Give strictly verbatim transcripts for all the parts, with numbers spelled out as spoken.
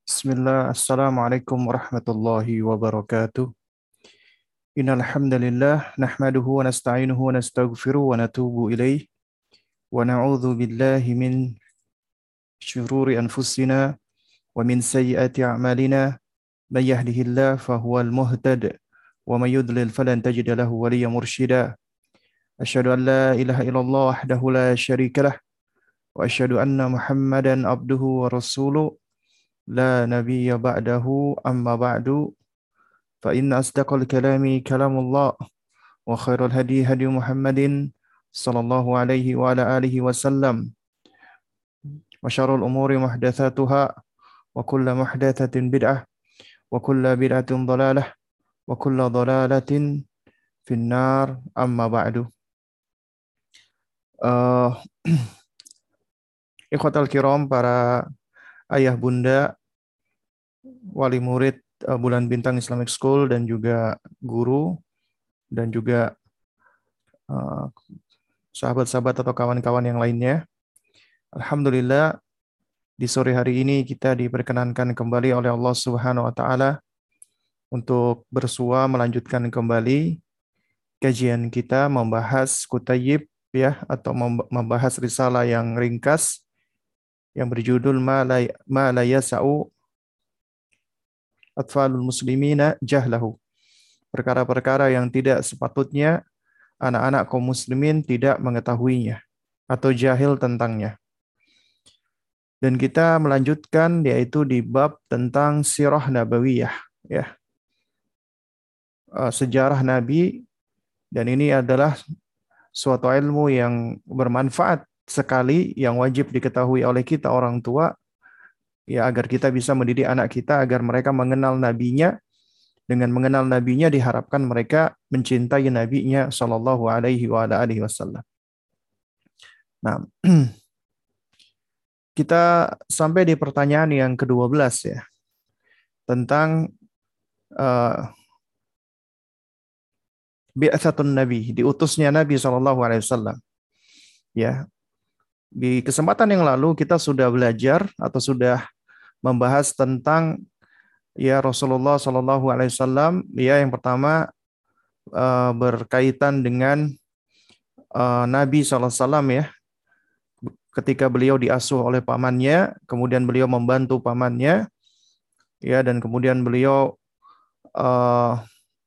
Bismillah, Assalamualaikum warahmatullahi wabarakatuh. Innal hamdalillah nahmaduhu wa nasta'inuhu wa nastaghfiruh wa natubu ilaih wa na'udzu billahi min syururi anfusina wa min sayyiati a'malina may yahdihillahu fahuwal muhtad wa may yudlil falan tajida lahu waliyyan mursyida. Asyhadu an la ilaha illallah wahdahu la syarika lah wa asyhadu anna Muhammadan abduhu wa rasuluh la nabiyya ba'dahu amma ba'du. فإن أصدق الكلام كلام الله وخير الهدي هدي محمد صلى الله عليه وعلى آله وسلم وشر الأمور محدثاتها وكل محدثة بدعة وكل بدعة ضلالة وكل ضلالة في النار أما بعد. uh, Ikhwatal kiram, para ayah bunda, wali murid uh, Bulan Bintang Islamic School dan juga guru dan juga uh, sahabat-sahabat atau kawan-kawan yang lainnya. Alhamdulillah, di sore hari ini kita diperkenankan kembali oleh Allah Subhanahu wa taala untuk bersua melanjutkan kembali kajian kita membahas Kutayyib, ya, atau membahas risalah yang ringkas yang berjudul Ma la, Ma la yasa'u atfalul muslimina jahlahu. Perkara-perkara yang tidak sepatutnya anak-anak kaum muslimin tidak mengetahuinya atau jahil tentangnya. Dan kita melanjutkan yaitu di bab tentang sirah nabawiyah, ya. Sejarah Nabi, dan ini adalah suatu ilmu yang bermanfaat sekali yang wajib diketahui oleh kita orang tua, ya, agar kita bisa mendidik anak kita agar mereka mengenal nabinya. Dengan mengenal nabinya diharapkan mereka mencintai nabinya sallallahu alaihi wa alihi wasallam. Nah, kita sampai di pertanyaan yang kedua belas, ya, tentang uh, bi'atsatun Nabi, diutusnya Nabi sallallahu alaihi wasallam. Ya, di kesempatan yang lalu kita sudah belajar atau sudah membahas tentang, ya, Rasulullah sallallahu alaihi wasallam. Ya, yang pertama uh, berkaitan dengan uh, Nabi sallallahu alaihi wasallam, ya, ketika beliau diasuh oleh pamannya, kemudian beliau membantu pamannya, ya, dan kemudian beliau uh,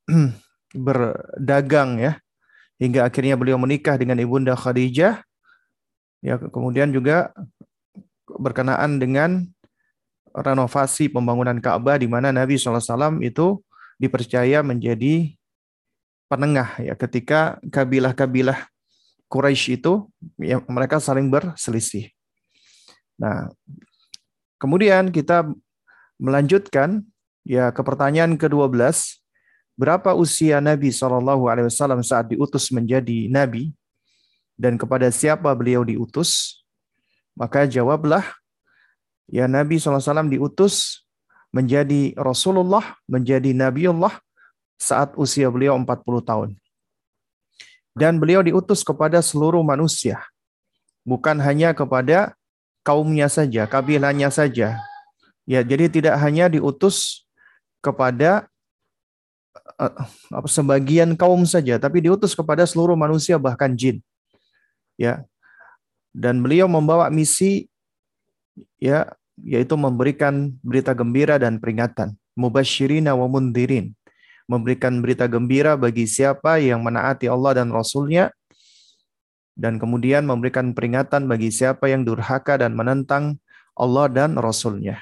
berdagang, ya, hingga akhirnya beliau menikah dengan ibunda Khadijah, ya, kemudian juga berkenaan dengan renovasi pembangunan Ka'bah di mana Nabi shallallahu alaihi wasallam itu dipercaya menjadi penengah, ya, ketika kabilah-kabilah Quraisy itu, ya, mereka saling berselisih. Nah, kemudian kita melanjutkan, ya, ke pertanyaan kedua belas, berapa usia Nabi shallallahu alaihi wasallam saat diutus menjadi nabi dan kepada siapa beliau diutus? Maka jawablah, ya, Nabi shallallahu alaihi wasallam diutus menjadi Rasulullah, menjadi Nabiullah saat usia beliau empat puluh tahun. Dan beliau diutus kepada seluruh manusia, bukan hanya kepada kaumnya saja, kabilahnya saja. Ya, jadi tidak hanya diutus kepada uh, sebagian kaum saja, tapi diutus kepada seluruh manusia, bahkan jin. Ya. Dan beliau membawa misi, ya, yaitu memberikan berita gembira dan peringatan, mubasyirina wa mundhirin, memberikan berita gembira bagi siapa yang menaati Allah dan Rasul-Nya, dan kemudian memberikan peringatan bagi siapa yang durhaka dan menentang Allah dan Rasul-Nya.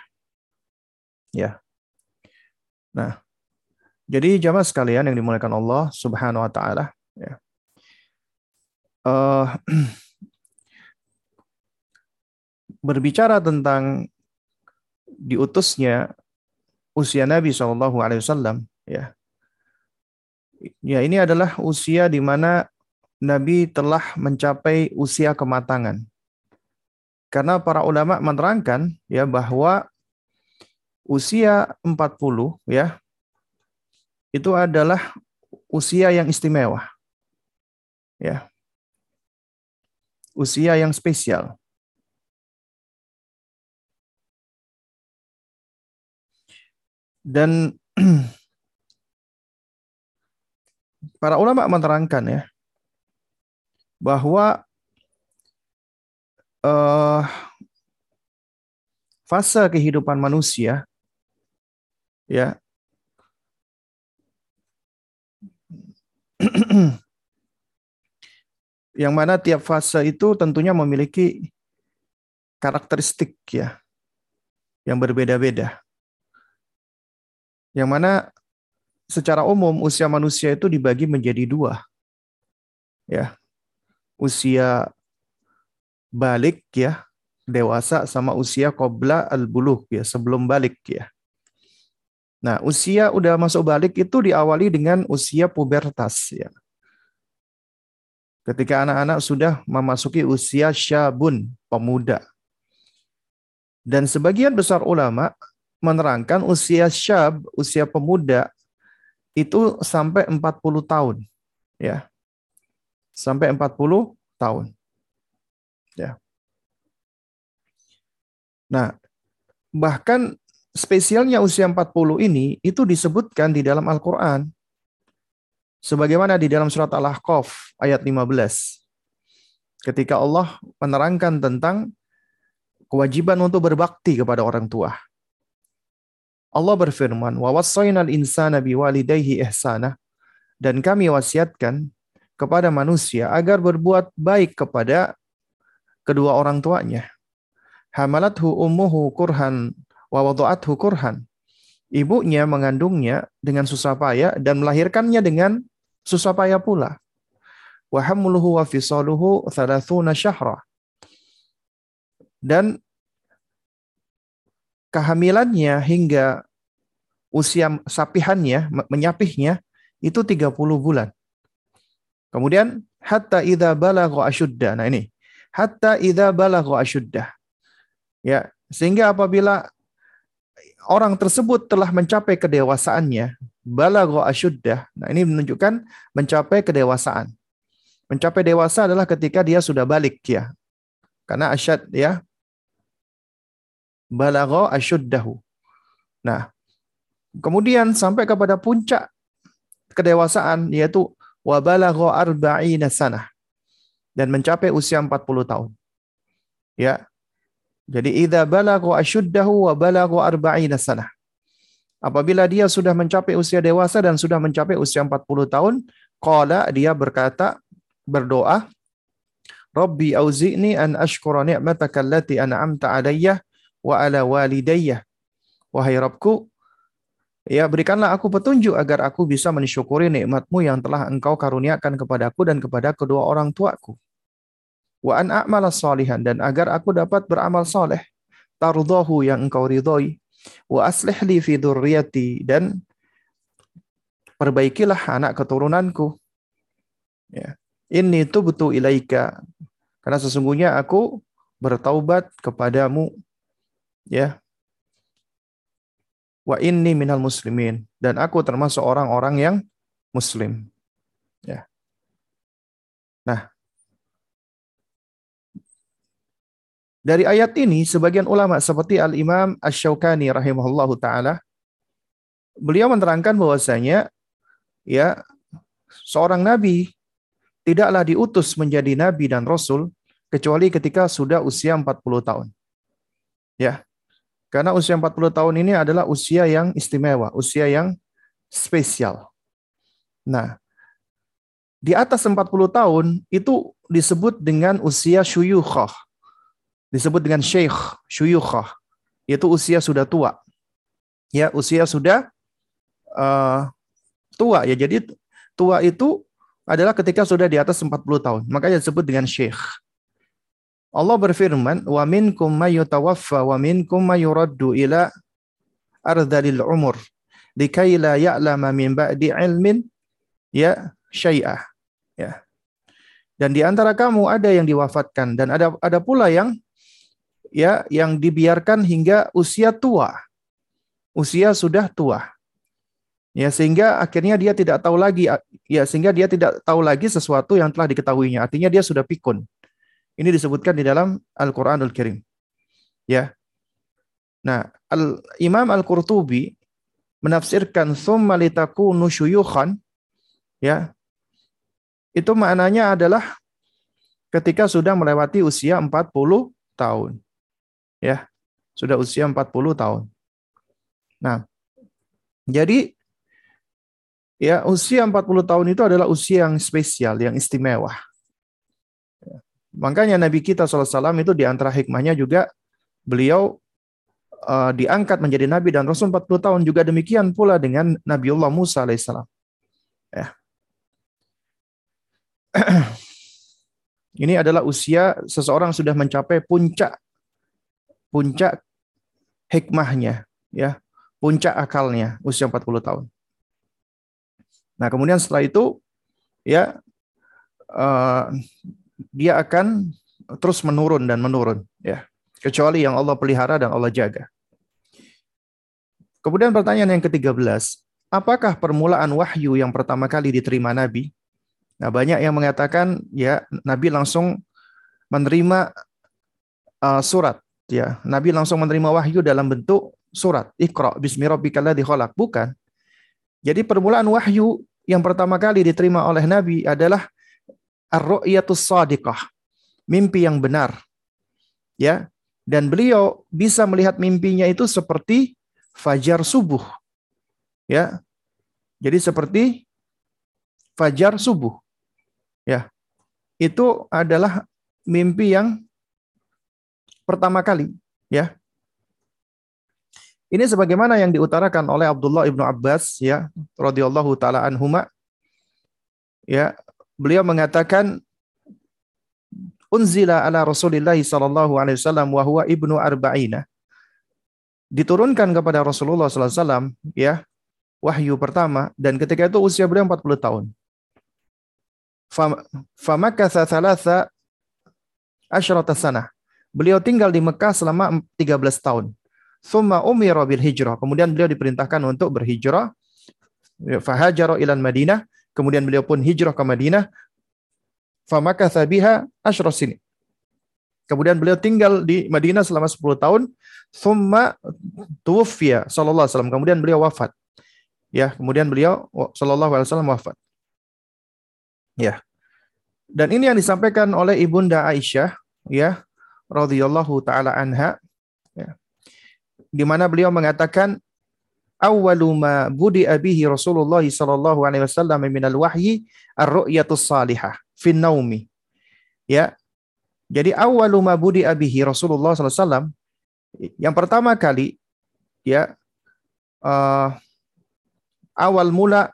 Ya. Nah, jadi jamaah sekalian yang dimuliakan Allah Subhanahu wa taala, ya. Uh, berbicara tentang diutusnya usia Nabi shallallahu alaihi wasallam, ya. Ya, ini adalah usia di mana Nabi telah mencapai usia kematangan. Karena para ulama menerangkan, ya, bahwa usia empat puluh, ya, itu adalah usia yang istimewa. Ya. Usia yang spesial. Dan para ulama menerangkan ya bahwa uh, fase kehidupan manusia ya yang mana tiap fase itu tentunya memiliki karakteristik ya yang berbeda-beda. Yang mana secara umum usia manusia itu dibagi menjadi dua. Ya, usia balik ya, dewasa sama usia qabla al-bulugh ya, sebelum balik ya. Nah, usia udah masuk balik itu diawali dengan usia pubertas ya. Ketika anak-anak sudah memasuki usia syabun, pemuda. Dan sebagian besar ulama menerangkan usia syab, usia pemuda itu sampai empat puluh tahun ya. Sampai empat puluh tahun. Ya. Nah, bahkan spesialnya usia empat puluh ini itu disebutkan di dalam Al-Qur'an. Sebagaimana di dalam surat Al-Ahqaf ayat lima belas. Ketika Allah menerangkan tentang kewajiban untuk berbakti kepada orang tua. Allah berfirman, "Wa wassaynal insana biwalidayhi ihsana." Dan kami wasiatkan kepada manusia agar berbuat baik kepada kedua orang tuanya. Hamalathu ummuhu kurhan wa wada'athu kurhan. Ibunya mengandungnya dengan susah payah dan melahirkannya dengan susah payah pula. Wa hamluhu wa fisaluhu thalathuna syahra. Dan kehamilannya hingga usia sapihannya, menyapihnya, itu tiga puluh bulan. Kemudian, hatta idza balagha asyudda. Nah ini, hatta idza balagha asyudda. Ya, sehingga apabila orang tersebut telah mencapai kedewasaannya, balagha asyudda. Nah ini menunjukkan mencapai kedewasaan. Mencapai dewasa adalah ketika dia sudah balik ya. Karena asyad ya, balagha asyuddahu. Nah, kemudian sampai kepada puncak kedewasaan yaitu wa balagha arba'ina sanah dan mencapai usia empat puluh tahun. Ya. Jadi idza balagha asyuddahu wa balagha arba'ina sanah. Apabila dia sudah mencapai usia dewasa dan sudah mencapai usia empat puluh tahun, qala dia berkata berdoa, Rabbi auzi'ni an ashkura ni'mataka allati an'amta 'alayya wa 'ala walidayya. Wahai Rabbku, ya berikanlah aku petunjuk agar aku bisa mensyukuri nikmat-Mu yang telah Engkau karuniakan kepadaku dan kepada kedua orang tuaku. Wa an a'mala salihan, dan agar aku dapat beramal saleh, tardahu yang Engkau ridhoi, wa aslih li fi dzurriyyati, dan perbaikilah anak keturunanku. Ya. Inni tubtu ilaika, karena sesungguhnya aku bertaubat kepadamu. Ya. Wa inni minal muslimin, dan aku termasuk orang-orang yang muslim. Ya. Nah, dari ayat ini sebagian ulama seperti Al-Imam Asy-Syaukani rahimahullahu taala beliau menerangkan bahwasanya ya seorang nabi tidaklah diutus menjadi nabi dan rasul kecuali ketika sudah usia empat puluh tahun. Ya. Karena usia empat puluh tahun ini adalah usia yang istimewa, usia yang spesial. Nah, di atas empat puluh tahun itu disebut dengan usia syuyukhah. Disebut dengan syekh, syuyukhah. Yaitu usia sudah tua. Ya, usia sudah uh, tua ya. Jadi tua itu adalah ketika sudah di atas empat puluh tahun. Makanya disebut dengan syekh. Allah berfirman, "Wa minkum may yutawaffa wa minkum may yuraddu ila ardhilil umur likai la ya'lama min ba'di ilmin ya syai'ah." Ya. Dan di antara kamu ada yang diwafatkan dan ada ada pula yang ya yang dibiarkan hingga usia tua. Usia sudah tua. Ya, sehingga akhirnya dia tidak tahu lagi ya sehingga dia tidak tahu lagi sesuatu yang telah diketahuinya. Artinya dia sudah pikun. Ini disebutkan di dalam Al-Qur'anul Karim. Ya. Nah, Al Imam Al-Qurtubi menafsirkan tsumma litakunu syuyukhan, ya, itu maknanya adalah ketika sudah melewati usia empat puluh tahun. Ya, sudah usia empat puluh tahun. Nah, jadi ya usia empat puluh tahun itu adalah usia yang spesial, yang istimewa. Makanya Nabi kita shallallahu alaihi wasallam itu di antara hikmahnya juga beliau uh, diangkat menjadi Nabi dan Rasul empat puluh tahun. Juga demikian pula dengan Nabiullah Musa alaihissalam. Ya. Ini adalah usia seseorang sudah mencapai puncak puncak hikmahnya, ya, puncak akalnya, usia empat puluh tahun. Nah, kemudian setelah itu, ya, uh, dia akan terus menurun dan menurun, ya, kecuali yang Allah pelihara dan Allah jaga. Kemudian pertanyaan yang ketiga belas, apakah permulaan wahyu yang pertama kali diterima Nabi? Nah, banyak yang mengatakan, ya, Nabi langsung menerima uh, surat, ya, Nabi langsung menerima wahyu dalam bentuk surat, Iqra bismi rabbikal ladzi khalaq. Bukan. Jadi permulaan wahyu yang pertama kali diterima oleh Nabi adalah ar-ru'yatus shadiqah, mimpi yang benar. Ya, dan beliau bisa melihat mimpinya itu seperti fajar subuh. Ya. Jadi seperti fajar subuh. Ya. Itu adalah mimpi yang pertama kali, ya. Ini sebagaimana yang diutarakan oleh Abdullah ibnu Abbas, ya, radhiyallahu taala anhuma. Ya, beliau mengatakan unzila ala Rasulillah sallallahu alaihi wasallam wa huwa ibnu arba'ina. Diturunkan kepada Rasulullah sallallahu alaihi wasallam, ya, wahyu pertama, dan ketika itu usia beliau empat puluh tahun. Famakatha thalatha asyrata sanah. Beliau tinggal di Mekah selama tiga belas tahun. Tsumma umira bil hijrah. Kemudian beliau diperintahkan untuk berhijrah. Fahajara ilan Madinah. Kemudian beliau pun hijrah ke Madinah. Famakatha biha asyra sinin. Kemudian beliau tinggal di Madinah selama sepuluh tahun. Tsumma tuwfiya sallallahu alaihi wasallam. Kemudian beliau wafat. Ya, kemudian beliau sallallahu alaihi wasallam wafat. Ya. Dan ini yang disampaikan oleh Ibunda Aisyah, ya, radhiyallahu taala anha, ya, di mana beliau mengatakan awwalu ma budi'a bihi Rasulullah sallallahu alaihi wasallam minal wahyi ar-ru'yatus salihah fin naumi. Ya. Jadi awwalu ma budi'a bihi Rasulullah sallallahu alaihi wasallam, yang pertama kali, ya, uh, awal mula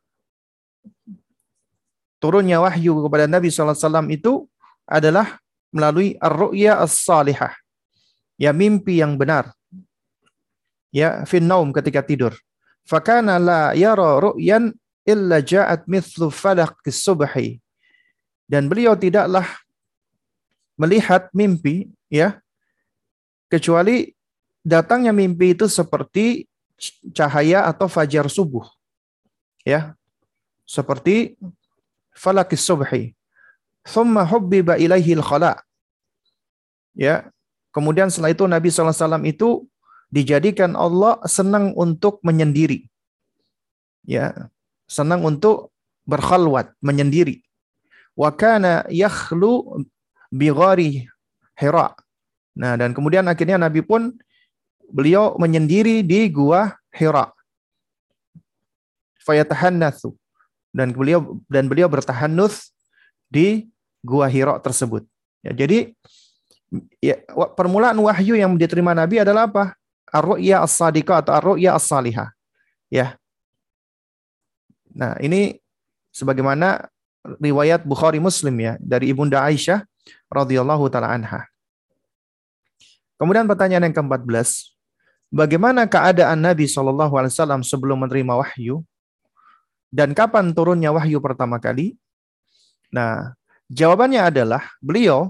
turunnya wahyu kepada Nabi sallallahu alaihi wasallam itu adalah melalui ar-ru'ya as-salihah. Ya, mimpi yang benar. Ya, fin naum, ketika tidur. Fakana la yara ru'yan illa ja'at mithlu falaq as-subhi. Dan beliau tidaklah melihat mimpi, ya, kecuali datangnya mimpi itu seperti cahaya atau fajar subuh. Ya. Seperti falaq as-subhi. Thumma hubbiba ilaihi al-khala. Ya. Kemudian setelah itu Nabi sallallahu alaihi wasallam itu dijadikan Allah senang untuk menyendiri. Ya, senang untuk berkhalwat, menyendiri. Wa kana yakhlu bi ghari Hira. Nah, dan kemudian akhirnya Nabi pun beliau menyendiri di gua Hira. Fayatahannatsu. Dan beliau dan beliau bertahannuts di gua Hira tersebut. Ya, jadi ya, permulaan wahyu yang diterima Nabi adalah apa? Ar-ru'ya as-sadiqah atau ar-ru'ya as-salihah. Ya. Nah, ini sebagaimana riwayat Bukhari Muslim, ya, dari Ibunda Aisyah radhiyallahu taala anha. Kemudian pertanyaan yang keempat belas, bagaimana keadaan Nabi shallallahu alaihi wasallam sebelum menerima wahyu dan kapan turunnya wahyu pertama kali? Nah, jawabannya adalah beliau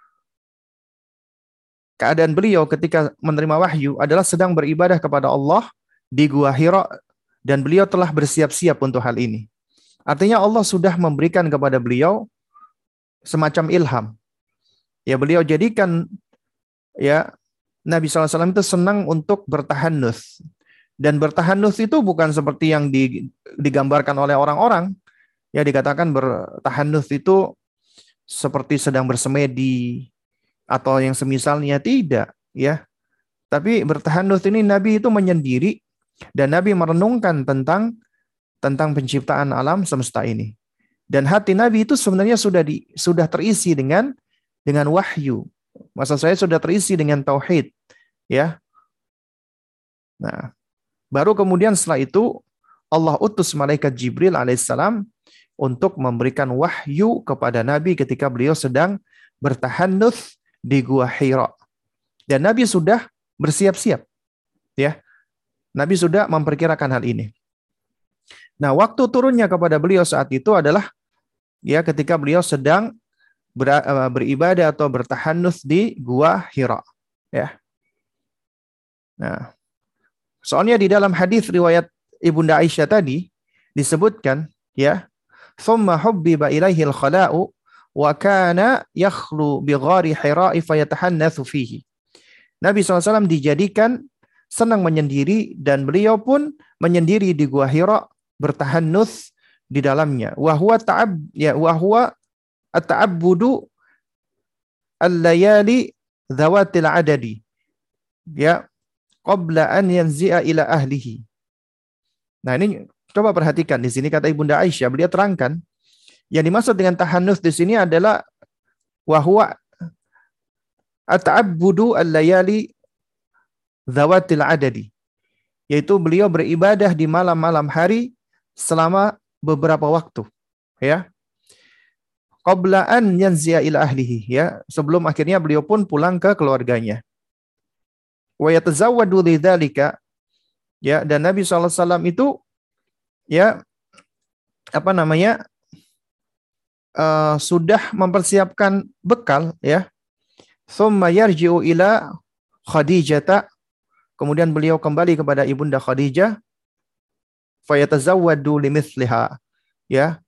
Keadaan beliau ketika menerima wahyu adalah sedang beribadah kepada Allah di Gua Hira, dan beliau telah bersiap-siap untuk hal ini. Artinya Allah sudah memberikan kepada beliau semacam ilham. Ya, beliau jadikan, ya, Nabi shallallahu alaihi wasallam itu senang untuk bertahannuts, Dan bertahannuts itu bukan seperti yang digambarkan oleh orang-orang. Ya, dikatakan bertahannuts itu seperti sedang bersemedi atau yang semisalnya, tidak, ya. Tapi bertahannuts ini Nabi itu menyendiri dan Nabi merenungkan tentang tentang penciptaan alam semesta ini. Dan hati Nabi itu sebenarnya sudah di, sudah terisi dengan dengan wahyu. Maksud saya sudah terisi dengan tauhid, ya. Nah, baru kemudian setelah itu Allah utus malaikat Jibril alaihissalam untuk memberikan wahyu kepada Nabi ketika beliau sedang bertahannuts di Gua Hira. Dan Nabi sudah bersiap-siap, ya. Nabi sudah memperkirakan hal ini. Nah, waktu turunnya kepada beliau saat itu adalah ya ketika beliau sedang ber, beribadah atau bertahannuts di Gua Hira, ya. Nah, soalnya di dalam hadis riwayat Ibunda Aisyah tadi disebutkan, ya, thumma hubbiba ilaihil khala'u wa kana yakhlu bi ghari Hira'i fayatahannatsu fihi. Nabi shallallahu alaihi wasallam dijadikan senang menyendiri dan beliau pun menyendiri di Gua Hira bertahannuts di dalamnya. Wa huwa ta'ab ya wa huwa at-ta'abbudu al-layali dzawatil adadi. Ya, qabla an yanzi'a ila ahlihi. Nah, ini coba perhatikan di sini kata Ibunda Aisyah, beliau terangkan yang dimaksud dengan tahannuts di sini adalah wa huwa at-ta'abbudu al-layali dzawatil adadi. Yaitu beliau beribadah di malam-malam hari selama beberapa waktu, ya. Qabla an yanzi'a ila ahlihi, ya, sebelum akhirnya beliau pun pulang ke keluarganya. Wa yatazawwadu lidzalika, ya, dan Nabi sallallahu alaihi wasallam itu, ya, apa namanya, uh, sudah mempersiapkan bekal, ya. Tsumma yarji'u ila Khadijah, kemudian beliau kembali kepada Ibunda Khadijah, fayatazawwadu limithliha, ya,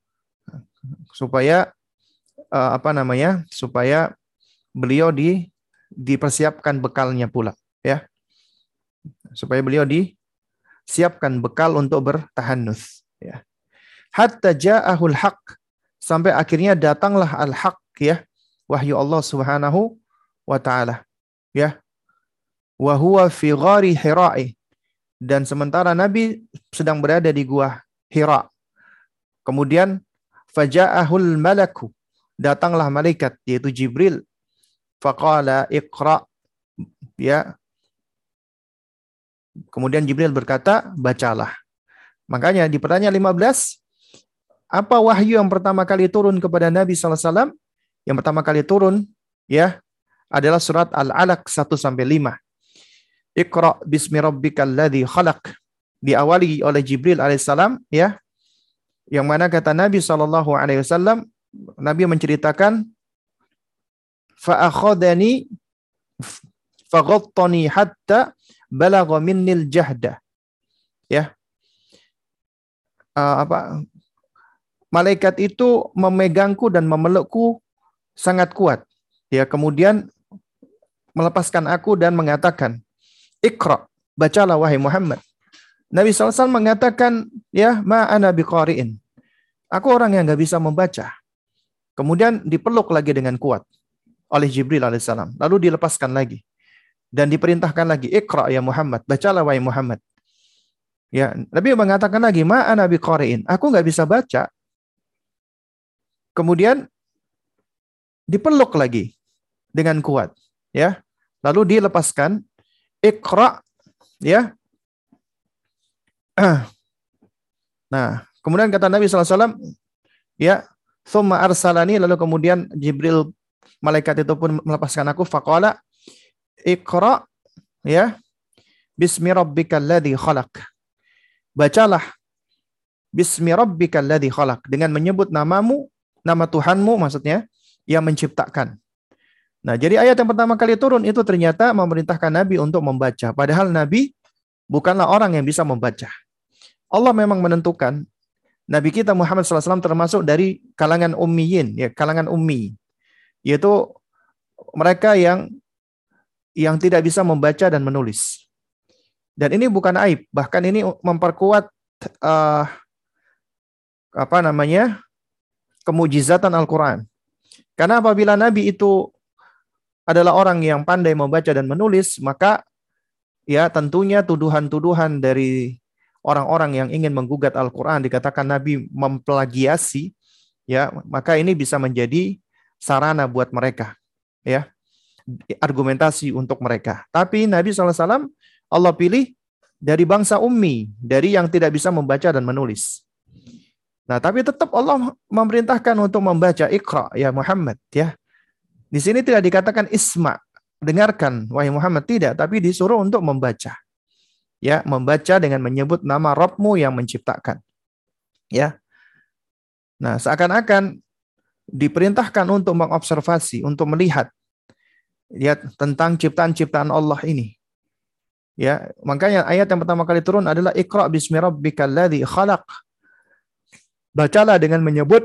supaya uh, apa namanya, supaya beliau di dipersiapkan bekalnya pula, ya, supaya beliau disiapkan bekal untuk bertahannuts, ya. Hatta ja'ahul haq, sampai akhirnya datanglah al-haq, ya, wahyu Allah Subhanahu wa taala, ya. Wa huwa fi ghari Hira'i, dan sementara Nabi sedang berada di Gua Hira. Kemudian faja'ahul malaku, datanglah malaikat yaitu Jibril, faqala iqra, ya. Kemudian Jibril berkata, bacalah. Makanya di pertanyaan lima belas, apa wahyu yang pertama kali turun kepada Nabi sallallahu alaihi wasallam? Yang pertama kali turun, ya, adalah surat Al-Alaq satu sampai lima. Iqra bismi rabbikal ladzi khalaq, diawali oleh Jibril alaihissalam, ya, yang mana kata Nabi sallallahu alaihi wasallam, Nabi menceritakan, fa akhadani faghattani hatta balagha minnil jahda, ya. Uh, apa malaikat itu memegangku dan memelukku sangat kuat, ya, kemudian melepaskan aku dan mengatakan, Iqra, bacalah wahai Muhammad. Nabi sallallahu alaihi wasallam mengatakan, ya, ma ana biqari'in, aku orang yang nggak bisa membaca. Kemudian dipeluk lagi dengan kuat oleh Jibril alaihissalam, lalu dilepaskan lagi dan diperintahkan lagi, Iqra ya Muhammad, bacalah wahai Muhammad. Ya, Nabi mengatakan lagi, ma ana biqari'in, aku nggak bisa baca. Kemudian dipeluk lagi dengan kuat, ya, lalu dilepaskan, Iqra, ya. Nah, kemudian kata Nabi sallallahu alaihi wasallam, ya, tsumma arsalani, lalu kemudian Jibril malaikat itu pun melepaskan aku, faqala Iqra, ya, bismi rabbikal ladzi khalaq, bacalah bismi rabbikal ladzi khalaq, dengan menyebut namamu, nama Tuhanmu maksudnya, yang menciptakan. Nah, jadi ayat yang pertama kali turun itu ternyata memerintahkan Nabi untuk membaca. Padahal Nabi bukanlah orang yang bisa membaca. Allah memang menentukan Nabi kita Muhammad sallallahu alaihi wasallam termasuk dari kalangan ummiyin, ya, kalangan ummi, yaitu mereka yang yang tidak bisa membaca dan menulis. Dan ini bukan aib, bahkan ini memperkuat uh, apa namanya? Kemujizatan Al-Qur'an. Karena apabila Nabi itu adalah orang yang pandai membaca dan menulis, maka ya tentunya tuduhan-tuduhan dari orang-orang yang ingin menggugat Al-Qur'an dikatakan Nabi memplagiasi, ya, maka ini bisa menjadi sarana buat mereka, ya, argumentasi untuk mereka. Tapi Nabi shallallahu alaihi wasallam Allah pilih dari bangsa ummi, dari yang tidak bisa membaca dan menulis. Nah, tapi tetap Allah memerintahkan untuk membaca Iqra ya Muhammad, ya. Di sini tidak dikatakan isma, dengarkan wahai Muhammad, tidak, tapi disuruh untuk membaca. Ya, membaca dengan menyebut nama Rabbmu yang menciptakan. Ya. Nah, seakan-akan diperintahkan untuk mengobservasi, untuk melihat ya tentang ciptaan-ciptaan Allah ini. Ya, makanya ayat yang pertama kali turun adalah Iqra bismi rabbikal ladzi khalaq. Bacalah dengan menyebut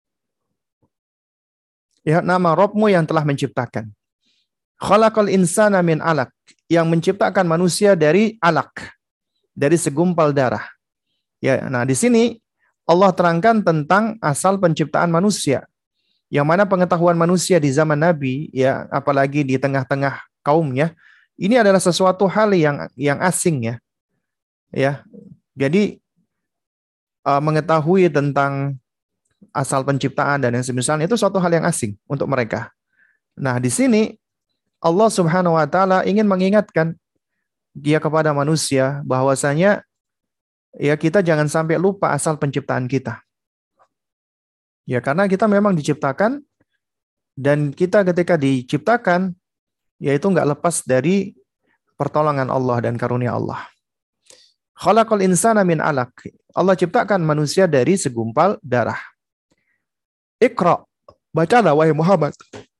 ya nama Rabbmu yang telah menciptakan. Khalaqal insana min alaq, yang menciptakan manusia dari alaq, dari segumpal darah. Ya, nah di sini Allah terangkan tentang asal penciptaan manusia. Yang mana pengetahuan manusia di zaman Nabi, ya apalagi di tengah-tengah kaumnya, ini adalah sesuatu hal yang yang asing ya. Ya. Jadi uh, mengetahui tentang asal penciptaan dan yang semisalnya itu suatu hal yang asing untuk mereka. Nah, di sini Allah Subhanahu wa taala ingin mengingatkan dia kepada manusia bahwasanya ya kita jangan sampai lupa asal penciptaan kita. Ya, karena kita memang diciptakan dan kita ketika diciptakan yaitu enggak lepas dari pertolongan Allah dan karunia Allah. Khalaqal insana min alaq. Allah ciptakan manusia dari segumpal darah. Iqra, bacalah wahai Muhammad.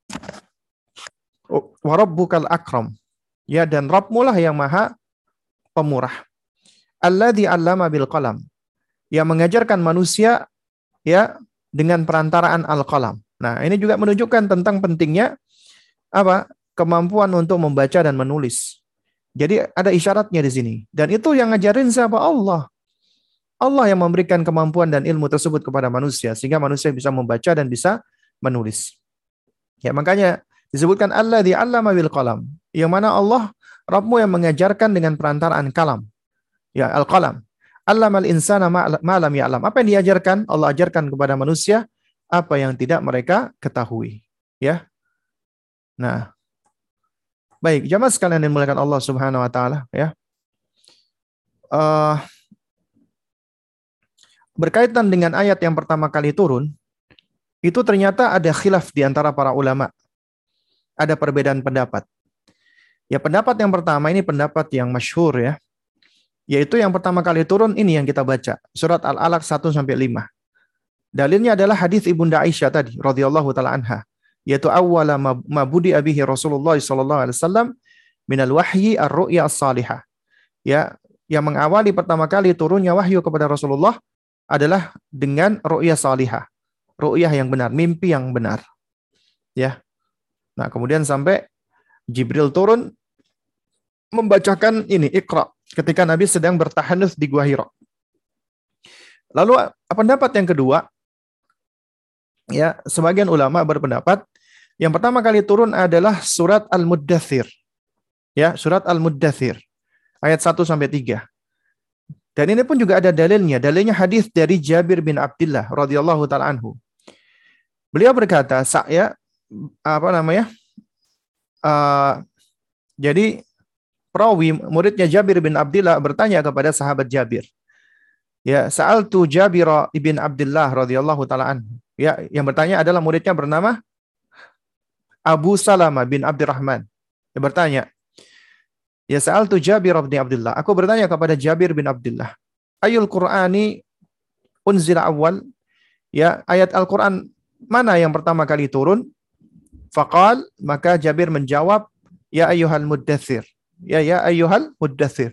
Wa rabbukal akram. Ya, dan Rabbmu lah yang maha pemurah. Alladzi 'allama bil qalam. Yang mengajarkan manusia ya dengan perantaraan al-qalam. Nah, ini juga menunjukkan tentang pentingnya apa? Kemampuan untuk membaca dan menulis. Jadi ada isyaratnya di sini. Dan itu yang ngajarin siapa? Allah. Allah yang memberikan kemampuan dan ilmu tersebut kepada manusia sehingga manusia bisa membaca dan bisa menulis. Ya, makanya disebutkan alladzi 'allama bil qalam. Yang mana Allah Rabbmu yang mengajarkan dengan perantaraan kalam. Ya, al-qalam. 'Allamal insana ma lam ya'lam. Apa yang diajarkan? Allah ajarkan kepada manusia apa yang tidak mereka ketahui. Ya. Nah, baik, jamaah sekalian yang dimuliakan Allah Subhanahu wa taala, ya. Uh, berkaitan dengan ayat yang pertama kali turun, itu ternyata ada khilaf di antara para ulama. Ada perbedaan pendapat. Ya, pendapat yang pertama ini pendapat yang masyhur ya. Yaitu yang pertama kali turun ini yang kita baca, surat Al-Alaq satu sampai lima. Dalilnya adalah hadis Ibunda Aisyah tadi radhiyallahu taala anha, yaitu awwala ma budi abihi Rasulullah sallallahu alaihi wasallam minal wahyi ar-ru'ya as-salihah. Ya, yang mengawali pertama kali turunnya wahyu kepada Rasulullah adalah dengan ru'ya salihah. Ru'yah yang benar, mimpi yang benar. Ya. Nah, kemudian sampai Jibril turun membacakan ini Iqra ketika Nabi sedang bertahanus di Gua Hira. Lalu pendapat yang kedua, ya, sebagian ulama berpendapat yang pertama kali turun adalah surat Al-Muddathir. Ya, surat Al-Muddathir ayat satu sampai tiga. Dan ini pun juga ada dalilnya. Dalilnya hadis dari Jabir bin Abdullah radhiyallahu taala anhu. Beliau berkata, saya apa namanya? Uh, jadi perawi muridnya Jabir bin Abdullah bertanya kepada sahabat Jabir. Ya, sa'altu Jabir bin Abdullah radhiyallahu taala anhu. Ya, yang bertanya adalah muridnya bernama Abu Salamah bin Abdurrahman. Dia bertanya, ya sa'altu Jabir bin Abdullah. Aku bertanya kepada Jabir bin Abdullah, ayul Qur'ani unzila awal? Ya, ayat Al-Qur'an mana yang pertama kali turun? Faqal, maka Jabir menjawab, ya ayyuhal muddathir. Ya ya ayyuhal muddathir.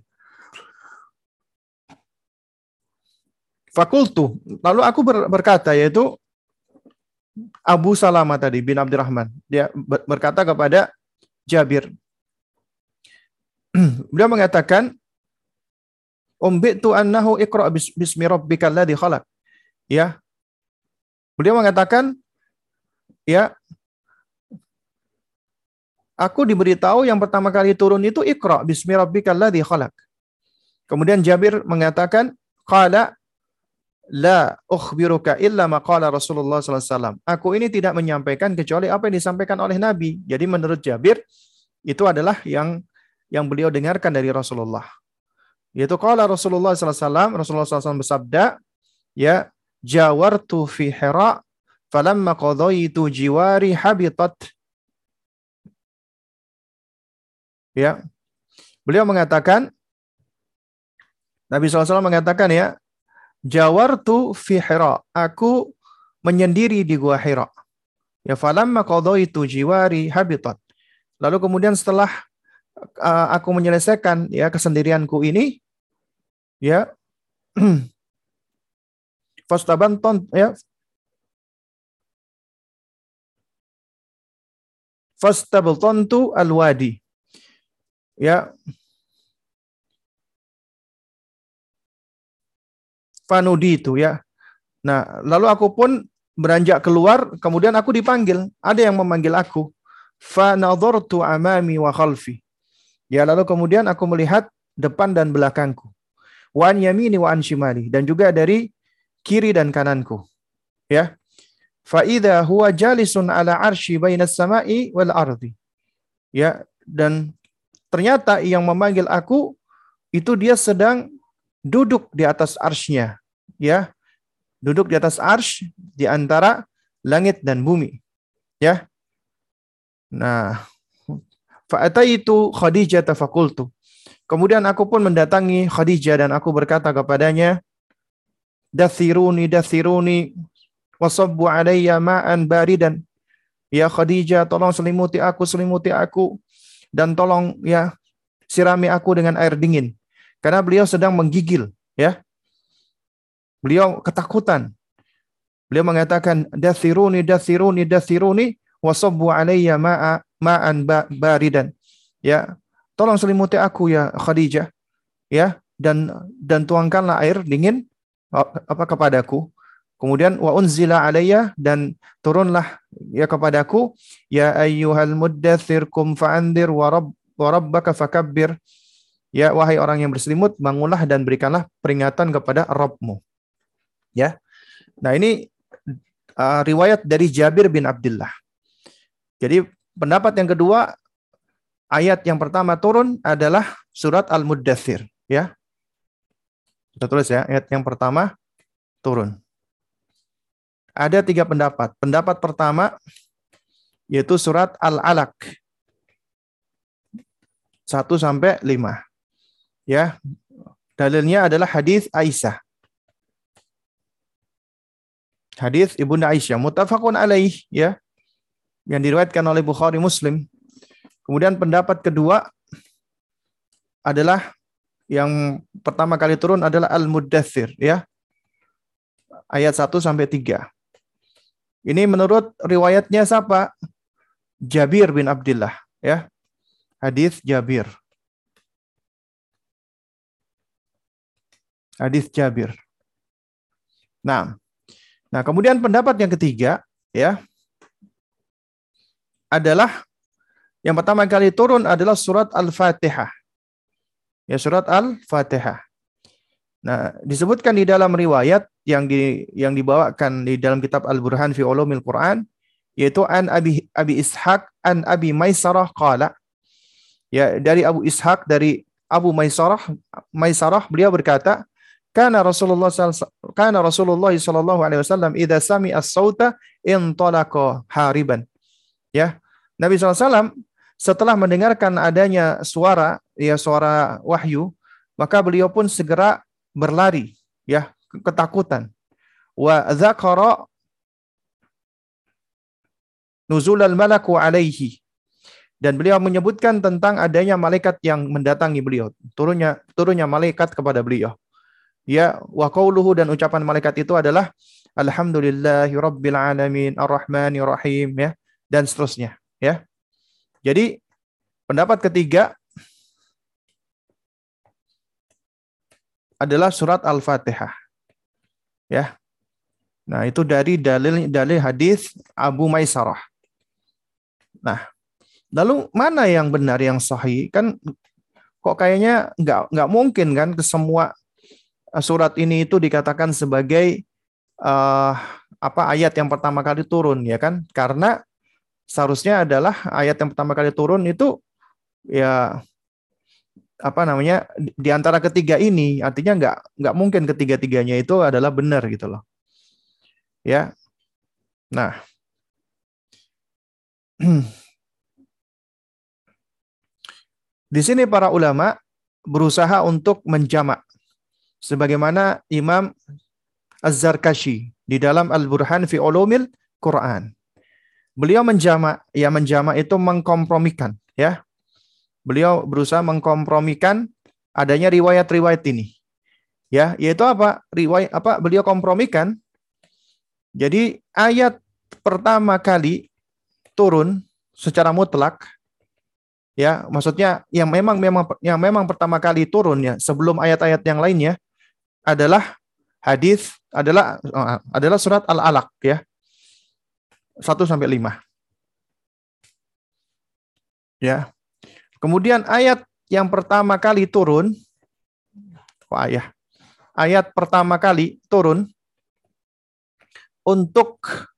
Fakultu, lalu aku berkata, yaitu Abu Salamah tadi bin Abdurrahman, dia berkata kepada Jabir. Beliau mengatakan, umbitu annahu iqra bismi rabbikal ladzi khalaq. Ya. Beliau mengatakan, ya, aku diberitahu yang pertama kali turun itu iqra bismi rabbikal ladzi khalaq. Kemudian Jabir mengatakan, qala la ukhbiruka illa ma qala Rasulullah sallallahu alaihi wasallam. Aku ini tidak menyampaikan kecuali apa yang disampaikan oleh Nabi. Jadi menurut Jabir itu adalah yang yang beliau dengarkan dari Rasulullah. Yaitu qala Rasulullah sallallahu alaihi wasallam, Rasulullah sallallahu alaihi wasallam bersabda, ya, jawartu fi Hira falamma qadaitu jiwari habitat. Ya. Beliau mengatakan, Nabi sallallahu alaihi wasallam mengatakan, ya, jawartu fi Hira, aku menyendiri di gua Hira. Ya, falamma qadaitu jiwari habitat. Lalu kemudian setelah uh, aku menyelesaikan ya kesendirianku ini, ya, fastabanton ya fastabantu alwadi. Ya, fanudi itu ya. Nah, lalu aku pun beranjak keluar, kemudian aku dipanggil. Ada yang memanggil aku. Fa nadhartu amami wa khalfi. Ya, lalu kemudian aku melihat depan dan belakangku. Wa an yamini wa an shimali, dan juga dari kiri dan kananku. Ya. Fa idza huwa jalisun ala arsy bainas sama'i wal ardi. Ya, dan ternyata yang memanggil aku itu dia sedang duduk di atas arsy-nya. Ya. Duduk di atas arsy di antara langit dan bumi. Ya. Nah, fa'ataitu Khadijah faqultu. Kemudian aku pun mendatangi Khadijah dan aku berkata kepadanya, dathiruni dathiruni wasabbu alayya ma'an baridan. Ya Khadijah, tolong selimuti aku, selimuti aku, dan tolong ya sirami aku dengan air dingin. Karena beliau sedang menggigil, ya. Beliau ketakutan. Beliau mengatakan, dathiruni dathiruni dathiruni wasabbu alayya ma'a ma'an baridan. Ya, tolong selimuti aku ya Khadijah, ya, dan dan tuangkanlah air dingin apa kepadaku. Kemudian wa unzila alayya, dan turunlah ya kepadaku, ya ayyuhal muddatsir kum fa'andir wa rabb wa rabbaka fakabbir. Ya, wahai orang yang berselimut, bangunlah dan berikanlah peringatan kepada Rabbmu. Ya. Nah, ini uh, riwayat dari Jabir bin Abdullah. Jadi pendapat yang kedua, ayat yang pertama turun adalah surat Al-Muddatsir, ya. Kita tulis ya, ayat yang pertama turun. Ada tiga pendapat. Pendapat pertama yaitu surat Al-Alaq satu sampai lima. Ya. Dalilnya adalah hadis Aisyah. Hadis Ibunda Aisyah muttafaqun alaih, ya, yang diriwayatkan oleh Bukhari Muslim. Kemudian pendapat kedua adalah yang pertama kali turun adalah Al-Muddatsir, ya. Ayat satu sampai tiga. Ini menurut riwayatnya siapa? Jabir bin Abdullah, ya. Hadis Jabir. Hadis Jabir. Nah, nah kemudian pendapat yang ketiga, ya, adalah yang pertama kali turun adalah surat Al-Fatihah. Ya, surat Al-Fatihah. Nah, disebutkan di dalam riwayat yang di yang dibawakan di dalam kitab Al-Burhan fi Ulumil Quran, yaitu an Abi Abi Ishaq an Abi Maisarah qala. Ya, dari Abu Ishaq, dari Abu Maisarah, Maisarah beliau berkata, kana Rasulullah kana Rasulullah sallallahu alaihi wasallam idza sami'a as-sauta intalaqa hariban. Ya, Nabi sallallahu alaihi wasallam setelah mendengarkan adanya suara, ya, suara wahyu, maka beliau pun segera berlari, ya, ketakutan. Wa dzakara nuzul al-malaku alaihi, dan beliau menyebutkan tentang adanya malaikat yang mendatangi beliau, turunnya turunnya malaikat kepada beliau. Ya, wa qauluhu, dan ucapan malaikat itu adalah alhamdulillahi rabbil alamin arrahmanir rahim, ya, dan seterusnya, ya. Jadi pendapat ketiga adalah surat Al-Fatihah. Ya. Nah, itu dari dalil dalil hadis Abu Maisarah. Nah, lalu mana yang benar yang sahih? Kan kok kayaknya nggak nggak mungkin kan ke semua surat ini itu dikatakan sebagai uh, apa ayat yang pertama kali turun ya kan? Karena seharusnya adalah ayat yang pertama kali turun itu ya apa namanya di antara ketiga ini, artinya nggak nggak mungkin ketiga-tiganya itu adalah benar gitu loh ya. Nah, di sini para ulama berusaha untuk menjamak sebagaimana Imam Az-Zarkashi di dalam Al-Burhan fi Ulumil Quran. Beliau menjamak, ya menjamak itu mengkompromikan ya. Beliau berusaha mengkompromikan adanya riwayat-riwayat ini. Ya, yaitu apa? Riwayat apa? Beliau kompromikan. Jadi ayat pertama kali turun secara mutlak ya, maksudnya yang memang memang yang memang pertama kali turun ya, sebelum ayat-ayat yang lainnya adalah hadis adalah adalah surat Al-Alaq ya. satu sampai lima. Ya. Kemudian ayat yang pertama kali turun wah ya. Ayat pertama kali turun untuk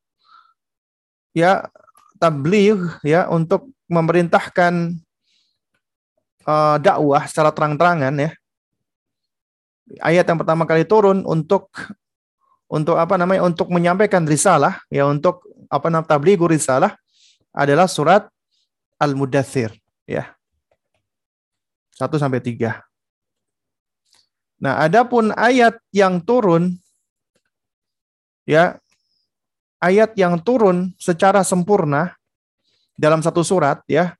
ya tabligh ya, untuk memerintahkan uh, dakwah secara terang-terangan ya. Ayat yang pertama kali turun untuk untuk apa namanya? Untuk menyampaikan risalah ya, untuk apa namanya? Tablighu risalah adalah surat Al-Mudaththir ya. satu sampai tiga. Nah, adapun ayat yang turun ya, ayat yang turun secara sempurna dalam satu surat ya.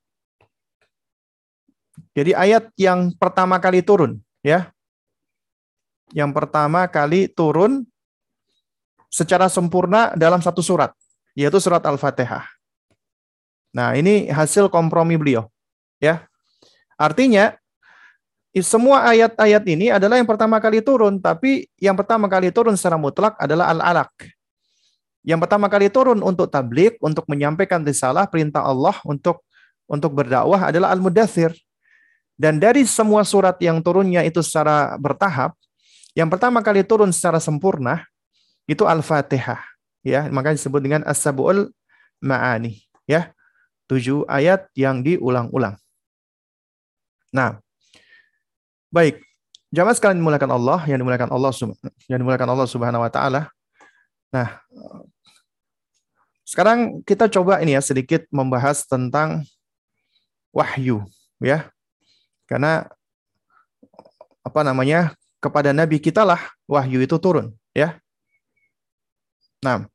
Jadi ayat yang pertama kali turun ya. Yang pertama kali turun secara sempurna dalam satu surat, yaitu surat Al-Fatihah. Nah, ini hasil kompromi beliau ya. Artinya semua ayat-ayat ini adalah yang pertama kali turun, tapi yang pertama kali turun secara mutlak adalah Al-Alaq. Yang pertama kali turun untuk tabligh, untuk menyampaikan risalah perintah Allah untuk untuk berdakwah adalah Al-Mudaththir. Dan dari semua surat yang turunnya itu secara bertahap, yang pertama kali turun secara sempurna itu Al-Fatihah. Ya, makanya disebut dengan As-Sab'ul Ma'ani, ya. Tujuh ayat yang diulang-ulang. Nah, baik. Jamaah sekalian dimuliakan Allah, yang dimuliakan Allah yang dimuliakan Allah Subhanahu wa taala. Nah, sekarang kita coba ini ya sedikit membahas tentang wahyu, ya. Karena apa namanya? Kepada nabi kita lah wahyu itu turun, ya. Nah,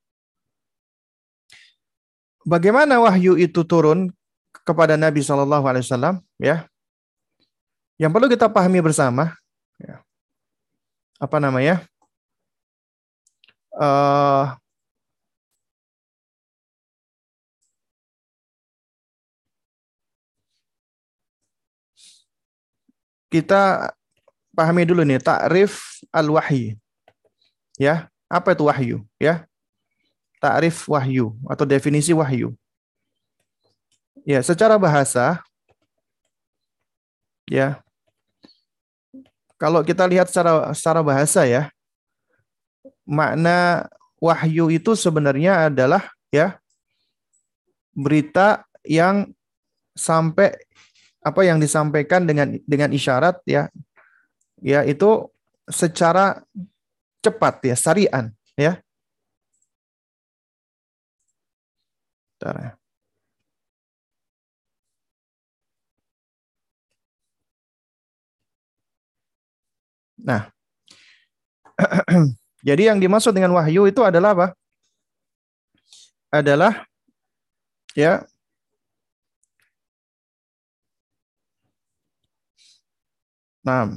bagaimana wahyu itu turun kepada Nabi Shallallahu alaihi wasallam, ya? Yang perlu kita pahami bersama, ya, apa namanya? Uh, kita pahami dulu nih takrif al-wahyi. Ya, apa itu wahyu, ya? Takrif wahyu atau definisi wahyu. Ya, secara bahasa ya. Kalau kita lihat secara secara bahasa ya, makna wahyu itu sebenarnya adalah ya berita yang sampai apa yang disampaikan dengan dengan isyarat ya, ya itu secara cepat ya, sari'an ya. Bentar ya. Nah, jadi yang dimaksud dengan wahyu itu adalah apa? Adalah ya nah,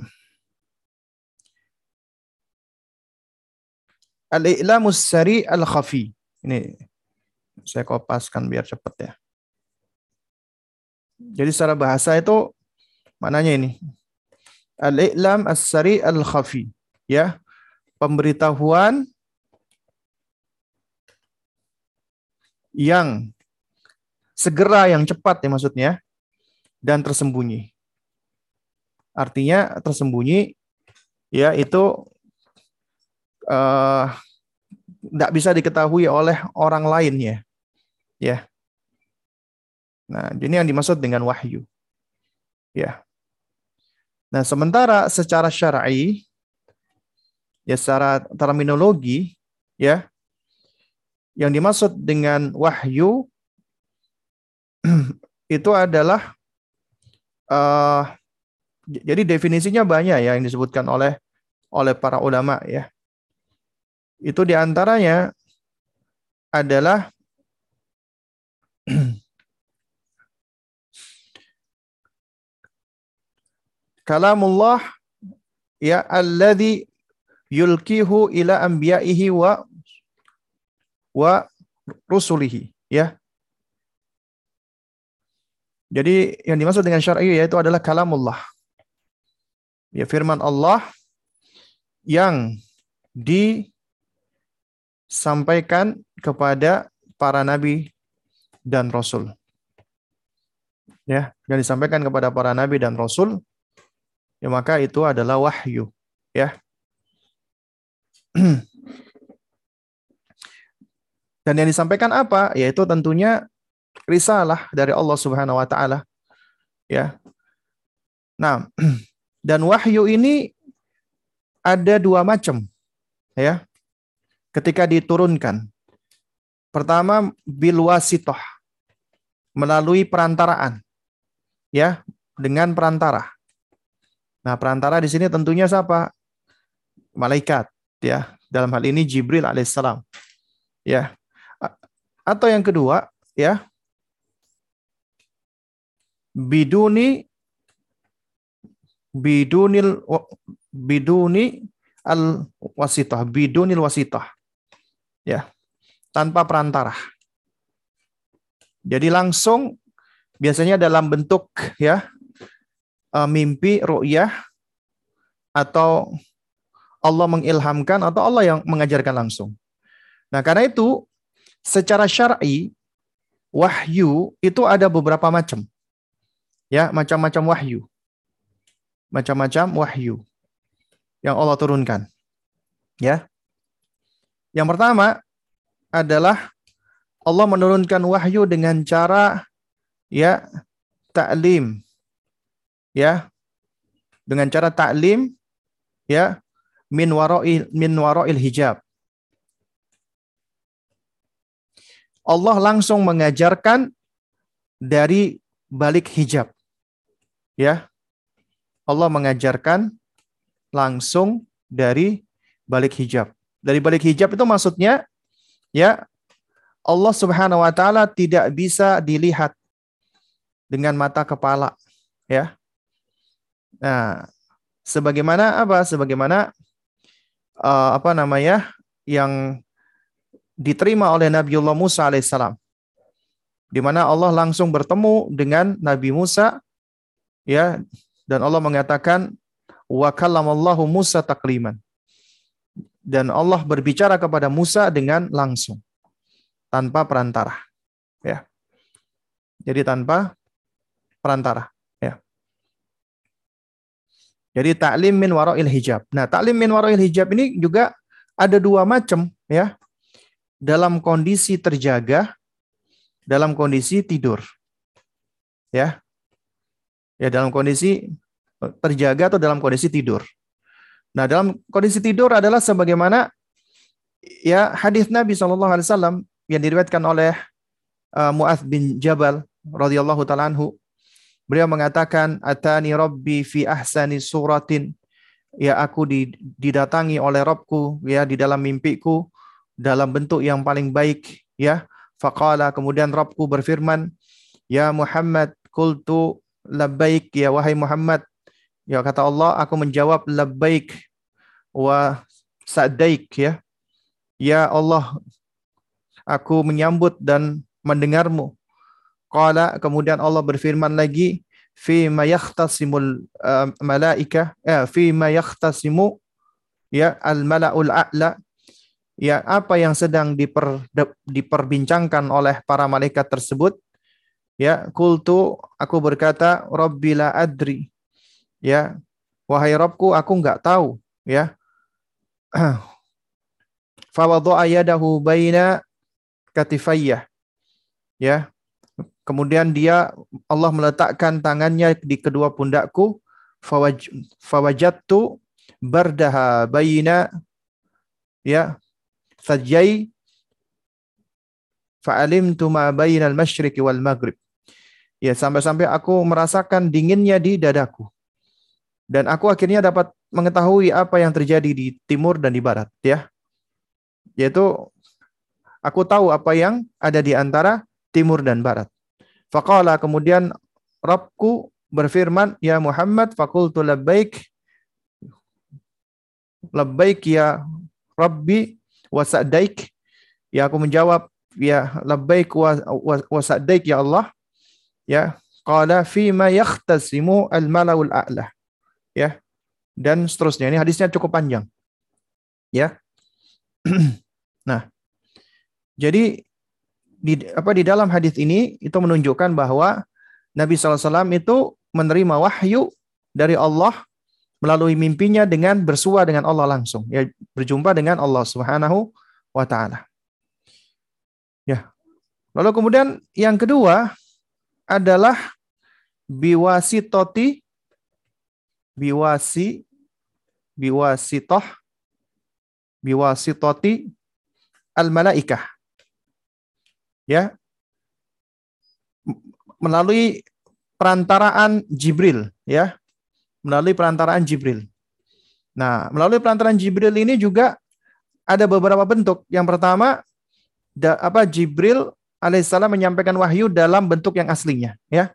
al-i'lamus sari al-khafi. Ini saya kopaskan biar cepat ya. Jadi secara bahasa itu maknanya ini. Al-i'lam as-sari al-khafi. ya, pemberitahuan yang segera, yang cepat ya maksudnya, dan tersembunyi. Artinya tersembunyi ya itu tidak uh, bisa diketahui oleh orang lainnya, ya. Nah, ini yang dimaksud dengan wahyu, ya. Nah, sementara secara syar'i, ya secara terminologi, ya, yang dimaksud dengan wahyu itu adalah uh, jadi definisinya banyak ya yang disebutkan oleh oleh para ulama, ya. Itu diantaranya adalah kalamullah, ya, alladzi yulkihu ila anbiya'ihi wa wa rusulihi, ya. Jadi yang dimaksud dengan syar'i yaitu adalah kalamullah, ya, firman Allah yang disampaikan kepada para nabi dan rasul, ya, yang disampaikan kepada para nabi dan rasul, ya, maka itu adalah wahyu, ya. Dan yang disampaikan apa? Yaitu tentunya risalah dari Allah Subhanahu wa taala, ya. Nah, dan wahyu ini ada dua macam, ya, ketika diturunkan. Pertama, bil wasithah, melalui perantaraan, ya, dengan perantara. Nah, perantara di sini tentunya siapa? Malaikat, ya. Dalam hal ini Jibril alaihissalam, ya. Atau yang kedua, ya, biduni bidunil biduni al wasitah, bidunil wasitah, ya, tanpa perantara. Jadi langsung, biasanya dalam bentuk, ya, mimpi, ru'yah, atau Allah mengilhamkan, atau Allah yang mengajarkan langsung. Nah, karena itu secara syar'i wahyu itu ada beberapa macam, ya, macam-macam wahyu, macam-macam wahyu yang Allah turunkan, ya. Yang pertama adalah Allah menurunkan wahyu dengan cara, ya, ta'lim, ya, dengan cara ta'lim, ya, min wara'il min wara'il hijab. Allah langsung mengajarkan dari balik hijab, ya. Allah mengajarkan langsung dari balik hijab. Dari balik hijab itu maksudnya, ya, Allah Subhanahu wa taala tidak bisa dilihat dengan mata kepala, ya. Nah, sebagaimana apa? Sebagaimana uh, apa namanya? Yang diterima oleh Nabiullah Musa alaihissalam, di mana Allah langsung bertemu dengan Nabi Musa, ya, dan Allah mengatakan wa kallamallahu Musa takliman, dan Allah berbicara kepada Musa dengan langsung, tanpa perantara, ya. Jadi tanpa perantara, ya. Jadi ta'lim min wara'il hijab. Nah, ta'lim min wara'il hijab ini juga ada dua macam, ya. Dalam kondisi terjaga, dalam kondisi tidur, ya, ya, dalam kondisi terjaga atau dalam kondisi tidur. Nah, dalam kondisi tidur adalah sebagaimana, ya, hadis Nabi shallallahu alaihi wasallam yang diriwayatkan oleh uh, Mu'adz bin Jabal radhiyallahu taala anhu. Beliau mengatakan, atani Rabbi fi ahsani suratin, ya, aku didatangi oleh Rabbku, ya, di dalam mimpiku dalam bentuk yang paling baik, ya. Faqala, kemudian Rabbku berfirman, ya Muhammad, qultu labbaik, ya wahai Muhammad, ya, kata Allah, aku menjawab labbaik wa sa'daik, ya. Ya Allah, aku menyambut dan mendengarmu. Qala, kemudian Allah berfirman lagi, fi ma yakhtasimul uh, malaika, eh, fi ma yakhtasimu ya al-mala'ul a'la, ya apa yang sedang diper, diperbincangkan oleh para malaikat tersebut. Ya, qultu, aku berkata, Rabbi la adri, ya wahai Rabbku, aku enggak tahu, ya. Fa wada'a yadahu baina katifayya, ya. Kemudian dia, Allah meletakkan tangannya di kedua pundakku. Fawaj, fawajattu bardaha baina, ya sajai, fa'alimtu ma bainal masyriqi wal maghrib. Ya, sampai-sampai aku merasakan dinginnya di dadaku. Dan aku akhirnya dapat mengetahui apa yang terjadi di timur dan di barat, ya. Yaitu aku tahu apa yang ada di antara timur dan barat. Faqala, kemudian Rabbku berfirman, ya Muhammad, faqultu labbaik, labbaik ya Rabbi wa sa'daik. Ya, aku menjawab, ya labbaik wa, wa, wa sa'daik ya Allah. Ya, qala fima yakhtasimu al-mala'ul a'la. Ya, dan seterusnya. Ini hadisnya cukup panjang. Ya. Nah, jadi di apa di dalam hadis ini itu menunjukkan bahwa Nabi shallallahu alaihi wasallam itu menerima wahyu dari Allah melalui mimpinya dengan bersua dengan Allah langsung, ya, berjumpa dengan Allah Subhanahu wa taala. Ya. Lalu kemudian yang kedua adalah biwasitoti biwasi biwasitoh biwasitoti al-malaikah. Ya, melalui perantaraan Jibril, ya, melalui perantaraan Jibril. Nah, melalui perantaraan Jibril ini juga ada beberapa bentuk. Yang pertama, da, apa Jibril alaihissalam menyampaikan wahyu dalam bentuk yang aslinya, ya,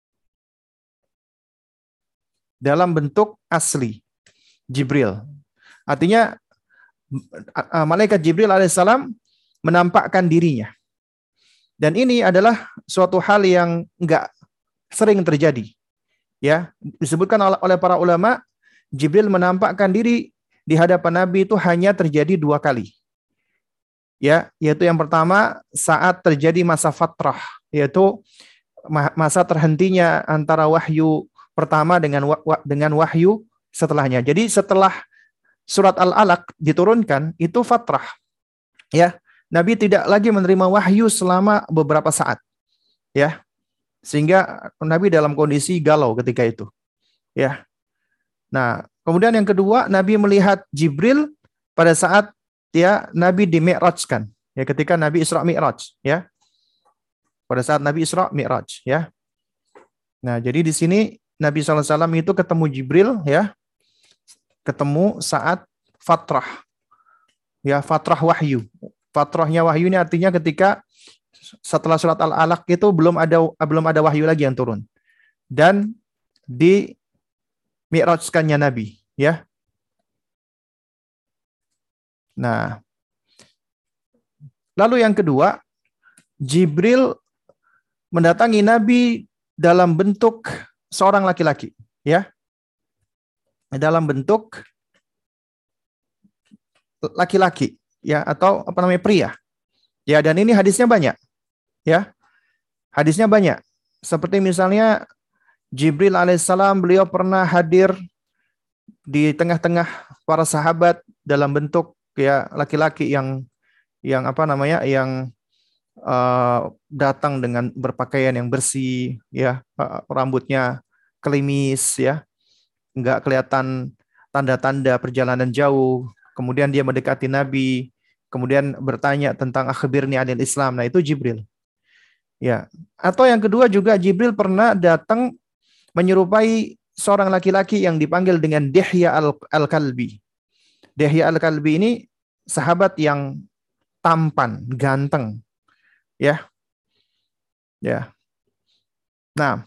dalam bentuk asli Jibril. Artinya malaikat Jibril alaihissalam menampakkan dirinya. Dan ini adalah suatu hal yang enggak sering terjadi. Ya, disebutkan oleh para ulama, Jibril menampakkan diri di hadapan Nabi itu hanya terjadi dua kali. Ya, yaitu yang pertama saat terjadi masa fatrah, yaitu masa terhentinya antara wahyu pertama dengan dengan wahyu setelahnya. Jadi setelah surat Al-Alaq diturunkan itu fatrah. Ya, Nabi tidak lagi menerima wahyu selama beberapa saat, ya, sehingga Nabi dalam kondisi galau ketika itu, ya. Nah, kemudian yang kedua, Nabi melihat Jibril pada saat, ya, Nabi di-mi'rajkan, ya, ketika Nabi Isra Mi'raj, ya, pada saat Nabi Isra Mi'raj, ya. Nah, jadi di sini Nabi shallallahu alaihi wasallam itu ketemu Jibril, ya, ketemu saat fatrah, ya, fatrah wahyu. Fatrahnya wahyu ini artinya ketika setelah surat Al-Alaq itu belum ada belum ada wahyu lagi yang turun. Dan di mi'rajkannya Nabi, ya. Nah, lalu yang kedua, Jibril mendatangi Nabi dalam bentuk seorang laki-laki, ya. Dalam bentuk laki-laki, ya, atau apa namanya, pria. Ya, dan ini hadisnya banyak. Ya. Hadisnya banyak. Seperti misalnya Jibril alaihissalam, beliau pernah hadir di tengah-tengah para sahabat dalam bentuk, ya, laki-laki yang yang apa namanya, yang uh, datang dengan berpakaian yang bersih, ya, uh, rambutnya klimis, ya, enggak kelihatan tanda-tanda perjalanan jauh. Kemudian dia mendekati Nabi, kemudian bertanya tentang akhbirni anil Islam. Nah, itu Jibril. Ya. Atau yang kedua juga Jibril pernah datang menyerupai seorang laki-laki yang dipanggil dengan Dihya al-Kalbi. Dihya al-Kalbi ini sahabat yang tampan, ganteng. Ya. Ya. Nah,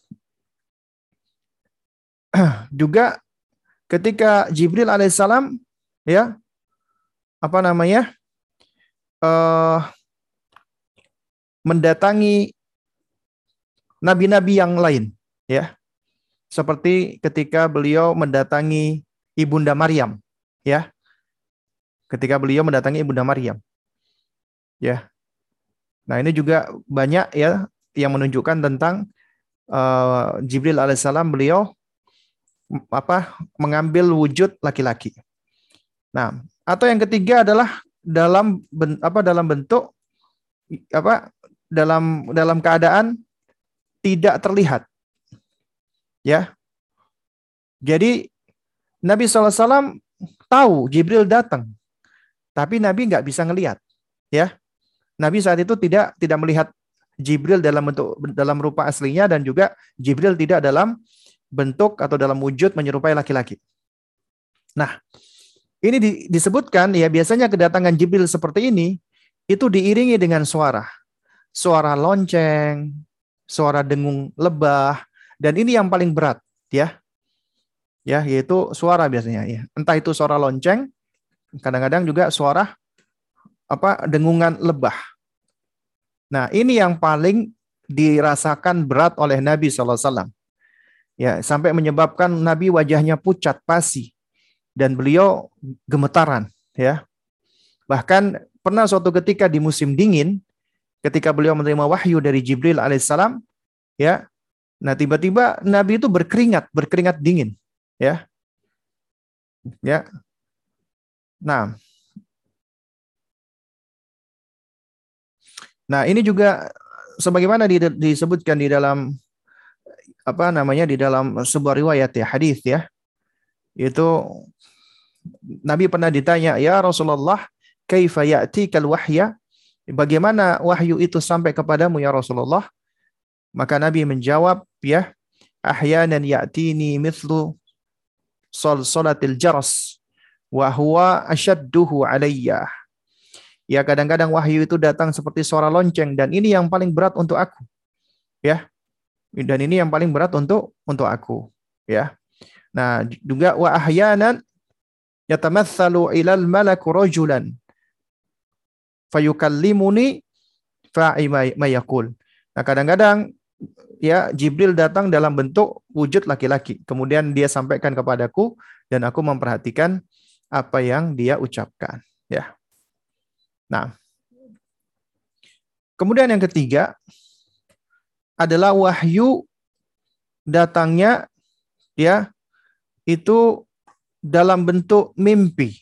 juga ketika Jibril alaihissalam, ya, apa namanya, uh, mendatangi nabi-nabi yang lain, ya, seperti ketika beliau mendatangi ibunda Maryam, ya, ketika beliau mendatangi Ibunda Maryam. Ya. Nah, ini juga banyak ya yang menunjukkan tentang uh, Jibril alaihissalam beliau apa mengambil wujud laki-laki. Nah, atau yang ketiga adalah dalam ben, apa dalam bentuk apa dalam dalam keadaan tidak terlihat. Ya. Jadi Nabi shallallahu alaihi wasallam tahu Jibril datang, tapi Nabi nggak bisa ngelihat. Ya, Nabi saat itu tidak tidak melihat Jibril dalam bentuk dalam rupa aslinya dan juga Jibril tidak dalam bentuk atau dalam wujud menyerupai laki-laki. Nah, ini di, disebutkan ya biasanya kedatangan Jibril seperti ini itu diiringi dengan suara. Suara lonceng, suara dengung lebah, dan ini yang paling berat ya. Ya, yaitu suara biasanya ya. Entah itu suara lonceng, kadang-kadang juga suara apa dengungan lebah. Nah, ini yang paling dirasakan berat oleh Nabi shallallahu alaihi wasallam. Ya, sampai menyebabkan Nabi wajahnya pucat pasi dan beliau gemetaran, ya. Bahkan pernah suatu ketika di musim dingin, ketika beliau menerima wahyu dari Jibril alaihissalam, ya. Nah, tiba-tiba Nabi itu berkeringat, berkeringat dingin, ya. Ya. Nah, Nah, ini juga sebagaimana disebutkan di dalam apa namanya di dalam sebuah riwayat ya hadis ya. Itu Nabi pernah ditanya, "Ya Rasulullah, kaifa ya'tikal wahya?" Bagaimana wahyu itu sampai kepadamu ya Rasulullah? Maka Nabi menjawab, ya, "Ahyanan ya'tini mithlu salsalatil jaras wa huwa ashadduhu alayya." Ya, kadang-kadang wahyu itu datang seperti suara lonceng dan ini yang paling berat untuk aku. Ya. Dan ini yang paling berat untuk untuk aku, ya. Nah, juga wa ahyanan yatamatsalu ilal malaku rajulan fayukallimuni fa'i ma yaqul. Nah, kadang-kadang ya Jibril datang dalam bentuk wujud laki-laki. Kemudian dia sampaikan kepadaku dan aku memperhatikan apa yang dia ucapkan, ya. Nah, kemudian yang ketiga adalah wahyu datangnya ya itu dalam bentuk mimpi.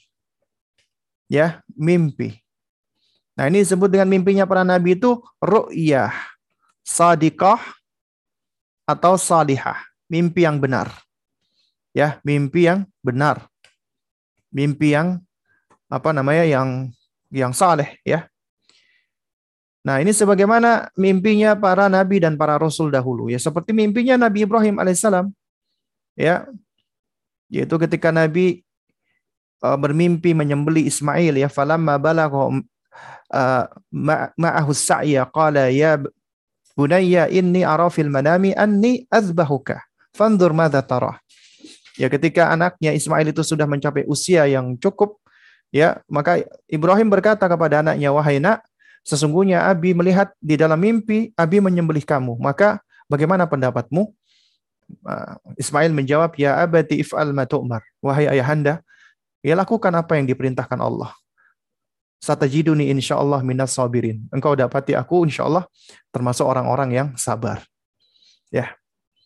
Ya, mimpi. Nah, ini disebut dengan mimpinya para nabi itu ru'yah sadiqah atau salihah, mimpi yang benar. Ya, mimpi yang benar. Mimpi yang apa namanya yang yang saleh ya. Nah, ini sebagaimana mimpinya para nabi dan para rasul dahulu ya, seperti mimpinya Nabi Ibrahim alaihissalam ya, yaitu ketika Nabi uh, bermimpi menyembelih Ismail ya, falamma balagha uh, ma'ahu sa'ya qala ya bunayya inni ara fil manami anni azbahuka fanzur madza tara. Ya, ketika anaknya Ismail itu sudah mencapai usia yang cukup ya, maka Ibrahim berkata kepada anaknya, wahai nak, sesungguhnya Abi melihat di dalam mimpi Abi menyembelih kamu, maka bagaimana pendapatmu? Uh, Ismail menjawab, ya abati if'al ma tu'mar. Wahai ayahanda, ya lakukan apa yang diperintahkan Allah. Satajiduni insyaallah minas sabirin. Engkau dapati aku insyaallah termasuk orang-orang yang sabar. Ya.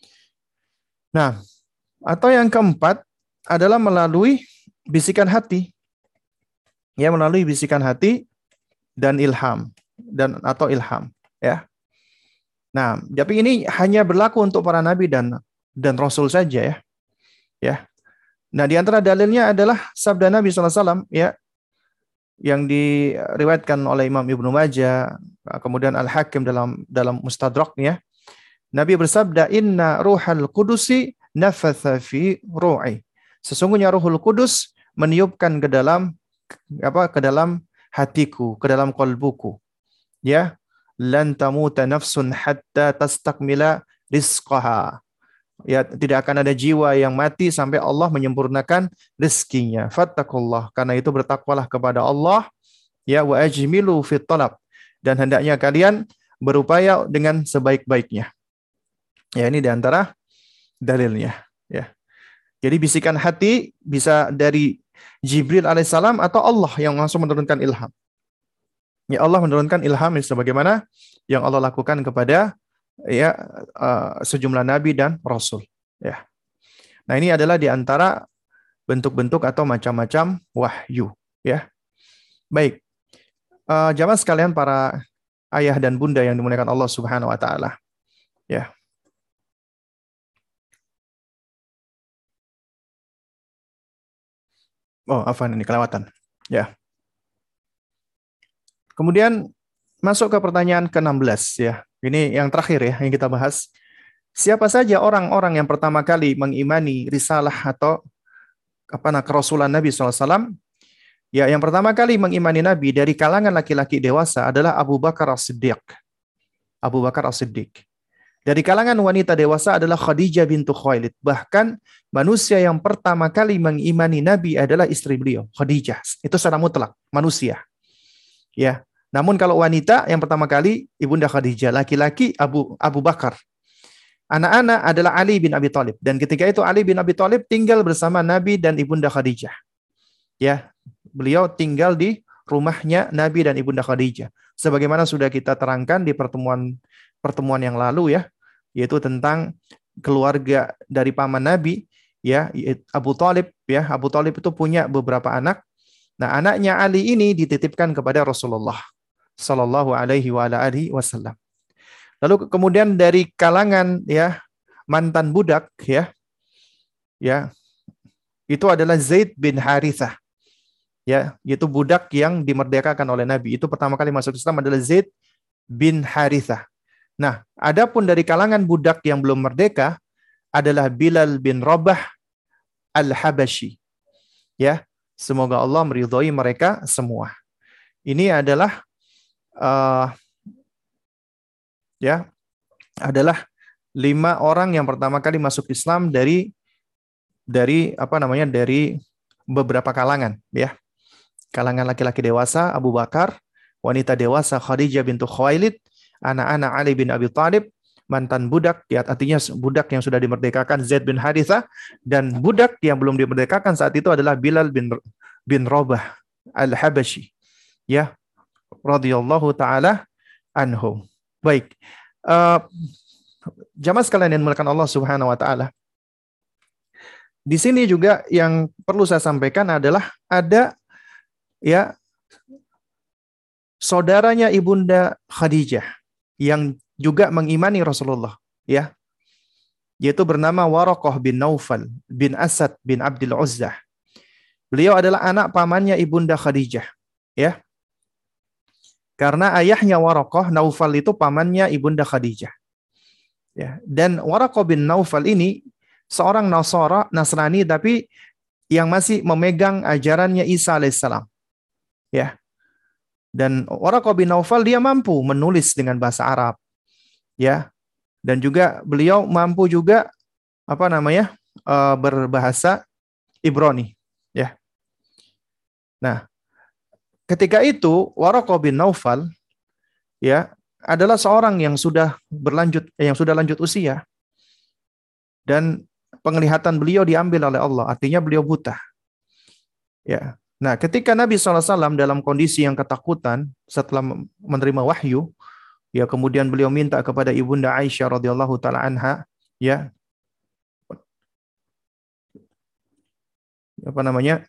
Nah, atau yang keempat adalah melalui bisikan hati. Ya, melalui bisikan hati dan ilham dan atau ilham, ya. Nah, tapi ini hanya berlaku untuk para nabi dan dan rasul saja ya. Ya. Nah, di antara dalilnya adalah sabda Nabi sallallahu alaihi wasallam ya yang diriwayatkan oleh Imam Ibnu Majah, kemudian Al-Hakim dalam dalam Mustadraknya. Nabi bersabda, "Inna ruhal qudusi nafatha fi ru'i." Sesungguhnya Ruhul Kudus meniupkan ke dalam apa ke dalam hatiku, ke dalam kalbuku. Ya, lan tamuta nafsun hatta tastakmila rizqaha. Ya, tidak akan ada jiwa yang mati sampai Allah menyempurnakan rezekinya. Fattakullah, karena itu bertakwalah kepada Allah. Ya, wa ajmilu fit talab, dan hendaknya kalian berupaya dengan sebaik-baiknya. Ya, ini diantara dalilnya. Ya, jadi bisikan hati bisa dari Jibril alaihissalam atau Allah yang langsung menurunkan ilham. Ya Allah menurunkan ilham sebagaimana yang Allah lakukan kepada ya uh, sejumlah nabi dan rasul. Ya. Nah ini adalah di antara bentuk-bentuk atau macam-macam wahyu. Ya. Baik. Uh, jamaah sekalian para ayah dan bunda yang dimuliakan Allah Subhanahu wa taala. Ya. Oh, afwan ini kelewatan. Ya. Kemudian masuk ke pertanyaan ke enam belas ya. Ini yang terakhir ya yang kita bahas. Siapa saja orang-orang yang pertama kali mengimani risalah atau apa nah kerasulan Nabi shallallahu alaihi wasallam? Ya, yang pertama kali mengimani Nabi dari kalangan laki-laki dewasa adalah Abu Bakar As-Siddiq. Abu Bakar As-Siddiq. Dari kalangan wanita dewasa adalah Khadijah bintu Khuwailid. Bahkan manusia yang pertama kali mengimani Nabi adalah istri beliau, Khadijah. Itu secara mutlak, manusia. Ya. Namun kalau wanita yang pertama kali Ibunda Khadijah, laki-laki Abu Abu Bakar. Anak-anak adalah Ali bin Abi Thalib. Dan ketika itu Ali bin Abi Thalib tinggal bersama Nabi dan Ibunda Khadijah. Ya, beliau tinggal di rumahnya Nabi dan Ibunda Khadijah. Sebagaimana sudah kita terangkan di pertemuan pertemuan yang lalu ya, yaitu tentang keluarga dari paman Nabi ya, Abu Thalib ya. Abu Thalib itu punya beberapa anak. Nah, anaknya Ali ini dititipkan kepada Rasulullah sallallahu alaihi wa ala alihi wasallam. Lalu kemudian dari kalangan ya mantan budak ya, ya itu adalah Zaid bin Harithah, ya yaitu budak yang dimerdekakan oleh Nabi. Itu pertama kali masuk Islam adalah Zaid bin Harithah. Nah, adapun dari kalangan budak yang belum merdeka adalah Bilal bin Rabah al-Habashi. Ya, semoga Allah meridhai mereka semua. Ini adalah uh, ya adalah lima orang yang pertama kali masuk Islam dari dari apa namanya dari beberapa kalangan ya. Kalangan laki-laki dewasa Abu Bakar, wanita dewasa Khadijah bintu Khuwailid, anak-anak Ali bin Abi Thalib, mantan budak ya artinya budak yang sudah dimerdekakan Zaid bin Harithah, dan budak yang belum dimerdekakan saat itu adalah Bilal bin bin Rabah al-Habashi ya radhiyallahu taala anhum. Baik. Uh, jamaah sekalian yang dimuliakan Allah Subhanahu wa taala. Di sini juga yang perlu saya sampaikan adalah ada ya saudaranya Ibunda Khadijah yang juga mengimani Rasulullah ya. Yaitu bernama Waraqah bin Naufal bin Asad bin Abdul Uzzah. Beliau adalah anak pamannya Ibunda Khadijah ya. Karena ayahnya Waraqah, Naufal itu pamannya Ibunda Khadijah. Ya, dan Waraqah bin Naufal ini seorang Nasara, Nasrani tapi yang masih memegang ajarannya Isa alaihissalam. Ya. Dan Waraqah bin Naufal dia mampu menulis dengan bahasa Arab. Ya. Dan juga beliau mampu juga apa namanya? Uh, berbahasa Ibrani, ya. Nah, ketika itu Waraqah bin Naufal ya adalah seorang yang sudah berlanjut yang sudah lanjut usia dan penglihatan beliau diambil oleh Allah, artinya beliau buta. Ya. Nah, ketika Nabi shallallahu alaihi wasallam dalam kondisi yang ketakutan setelah menerima wahyu, ya kemudian beliau minta kepada Ibunda Aisyah radhiyallahu taala anha, ya apa namanya?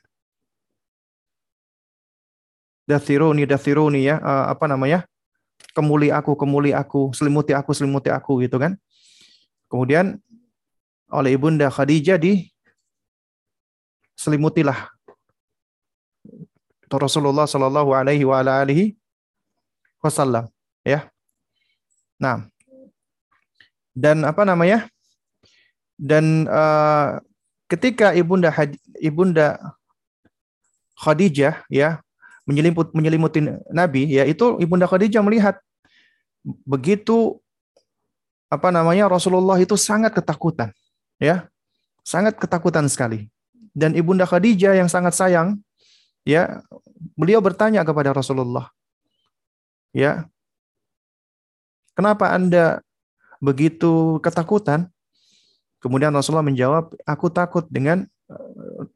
Dathiruni dathiruni ya, uh, apa namanya? Kemuli aku, kemuli aku, selimuti aku, selimuti aku gitu kan. Kemudian oleh Ibunda Khadijah di selimutilah Rasulullah sallallahu alaihi wa ala alihi wasallam ya. Nah, dan apa namanya? Dan uh, ketika Ibunda Ibunda Khadijah ya menyelimut menyelimuti Nabi, yaitu Ibunda Khadijah melihat begitu apa namanya Rasulullah itu sangat ketakutan, ya, sangat ketakutan sekali. Dan Ibunda Khadijah yang sangat sayang, ya, beliau bertanya kepada Rasulullah, ya, kenapa Anda begitu ketakutan? Kemudian Rasulullah menjawab, aku takut dengan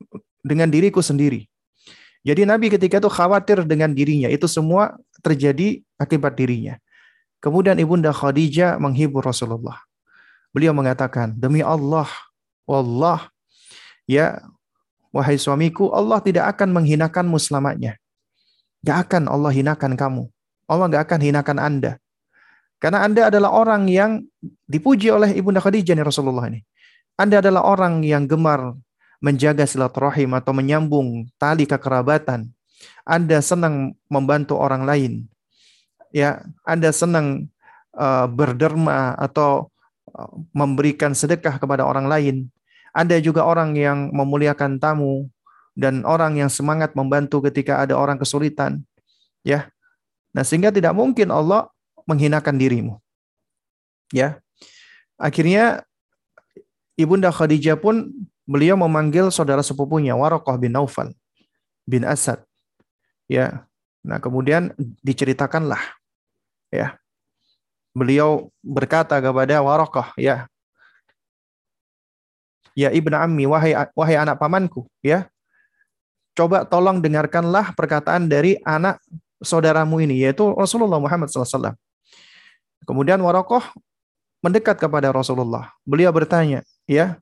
dengan diriku sendiri. Jadi Nabi ketika itu khawatir dengan dirinya, itu semua terjadi akibat dirinya. Kemudian Ibunda Khadijah menghibur Rasulullah. Beliau mengatakan, demi Allah, wallah, ya wahai suamiku, Allah tidak akan menghinakanmu selamanya. Gak akan Allah hinakan kamu. Allah gak akan hinakan Anda. Karena Anda adalah orang yang dipuji oleh Ibunda Khadijah nih Rasulullah ini. Anda adalah orang yang gemar menjaga silaturahim atau menyambung tali kekerabatan. Anda senang membantu orang lain. Ya, Anda senang uh, berderma atau uh, memberikan sedekah kepada orang lain. Anda juga orang yang memuliakan tamu dan orang yang semangat membantu ketika ada orang kesulitan. Ya. Nah, sehingga tidak mungkin Allah menghinakan dirimu. Ya. Akhirnya Ibunda Khadijah pun beliau memanggil saudara sepupunya Waraqah bin Naufal bin Asad. Ya. Nah, kemudian diceritakanlah, ya. Beliau berkata kepada Waraqah, ya. Ya ibnu ammi, wahai wahai anak pamanku, ya. Coba tolong dengarkanlah perkataan dari anak saudaramu ini, yaitu Rasulullah Muhammad sallallahu alaihi wasallam. Kemudian Waraqah mendekat kepada Rasulullah. Beliau bertanya, ya,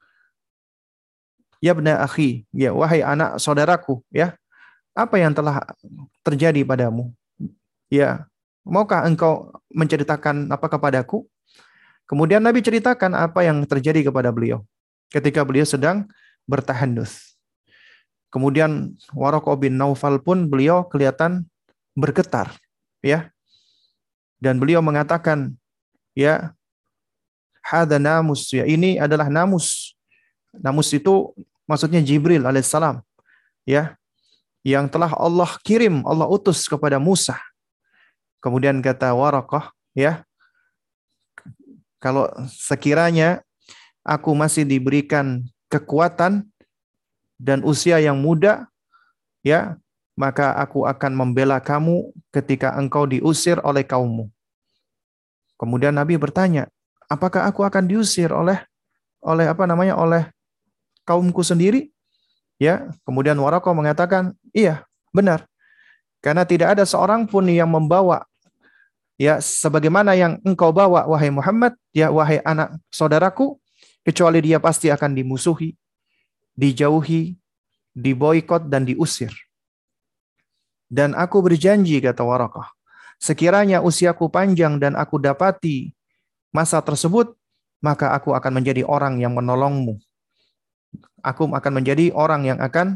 ya ibna akhi, ya wahai anak saudaraku, ya, apa yang telah terjadi padamu? Ya, maukah engkau menceritakan apa kepadaku? Kemudian Nabi ceritakan apa yang terjadi kepada beliau ketika beliau sedang bertahannuts. Kemudian Waraqah bin Naufal pun beliau kelihatan bergetar, ya. Dan beliau mengatakan, ya, hadza namus, ya, ini adalah namus. Namus itu maksudnya Jibril alaihissalam, ya, yang telah Allah kirim, Allah utus kepada Musa. Kemudian kata Waraqah, ya, kalau sekiranya aku masih diberikan kekuatan dan usia yang muda, ya, maka aku akan membela kamu ketika engkau diusir oleh kaummu. Kemudian Nabi bertanya, apakah aku akan diusir oleh oleh apa namanya oleh kaumku sendiri? Ya, kemudian Waraqah mengatakan, iya, benar. Karena tidak ada seorang pun yang membawa, ya, sebagaimana yang engkau bawa wahai Muhammad, ya wahai anak saudaraku, kecuali dia pasti akan dimusuhi, dijauhi, diboikot dan diusir. Dan aku berjanji, kata Waraqah, sekiranya usiaku panjang dan aku dapati masa tersebut, maka aku akan menjadi orang yang menolongmu. Aku akan menjadi orang yang akan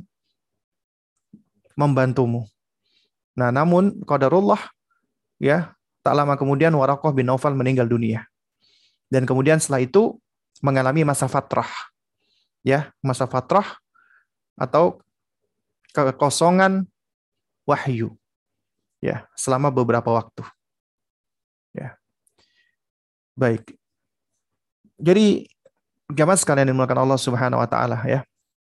membantumu. Nah, namun qadarullah, ya, tak lama kemudian Waraqah bin Naufal meninggal dunia. Dan kemudian setelah itu mengalami masa fatrah. Ya, masa fatrah atau kekosongan wahyu. Ya, selama beberapa waktu. Ya. Baik. Jadi jamaah sekalian yang dimuliakan Allah Subhanahu wa taala, ya.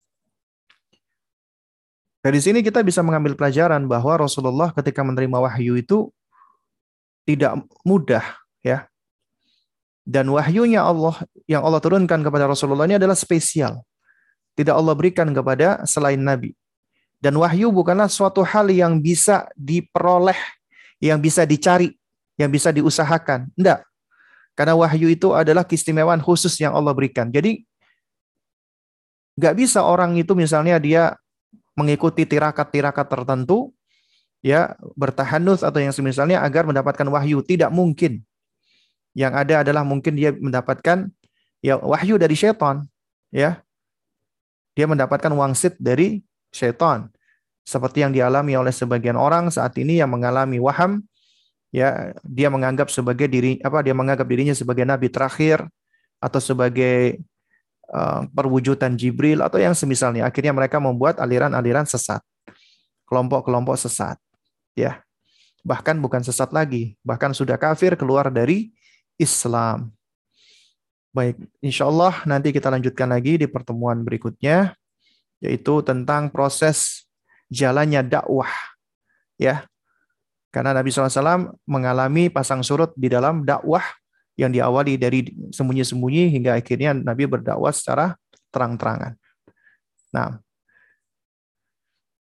Dari sini kita bisa mengambil pelajaran bahwa Rasulullah ketika menerima wahyu itu tidak mudah, ya. Dan wahyunya Allah yang Allah turunkan kepada Rasulullah ini adalah spesial. Tidak Allah berikan kepada selain Nabi. Dan wahyu bukanlah suatu hal yang bisa diperoleh, yang bisa dicari, yang bisa diusahakan. Enggak. Karena wahyu itu adalah keistimewaan khusus yang Allah berikan. Jadi nggak bisa orang itu misalnya dia mengikuti tirakat-tirakat tertentu, ya, bertahannuts atau yang semisalnya agar mendapatkan wahyu. Tidak mungkin. Yang ada adalah mungkin dia mendapatkan, ya, wahyu dari syaitan, ya. Dia mendapatkan wangsit dari syaitan. Seperti yang dialami oleh sebagian orang saat ini yang mengalami waham, ya, dia menganggap sebagai diri apa dia menganggap dirinya sebagai nabi terakhir atau sebagai uh, perwujudan Jibril atau yang semisalnya. Akhirnya mereka membuat aliran-aliran sesat, kelompok-kelompok sesat, ya. Bahkan bukan sesat lagi, bahkan sudah kafir, keluar dari Islam. Baik, insya Allah nanti kita lanjutkan lagi di pertemuan berikutnya, yaitu tentang proses jalannya dakwah, ya. Karena Nabi shallallahu alaihi wasallam mengalami pasang surut di dalam dakwah yang diawali dari sembunyi-sembunyi hingga akhirnya Nabi berdakwah secara terang-terangan. Nah,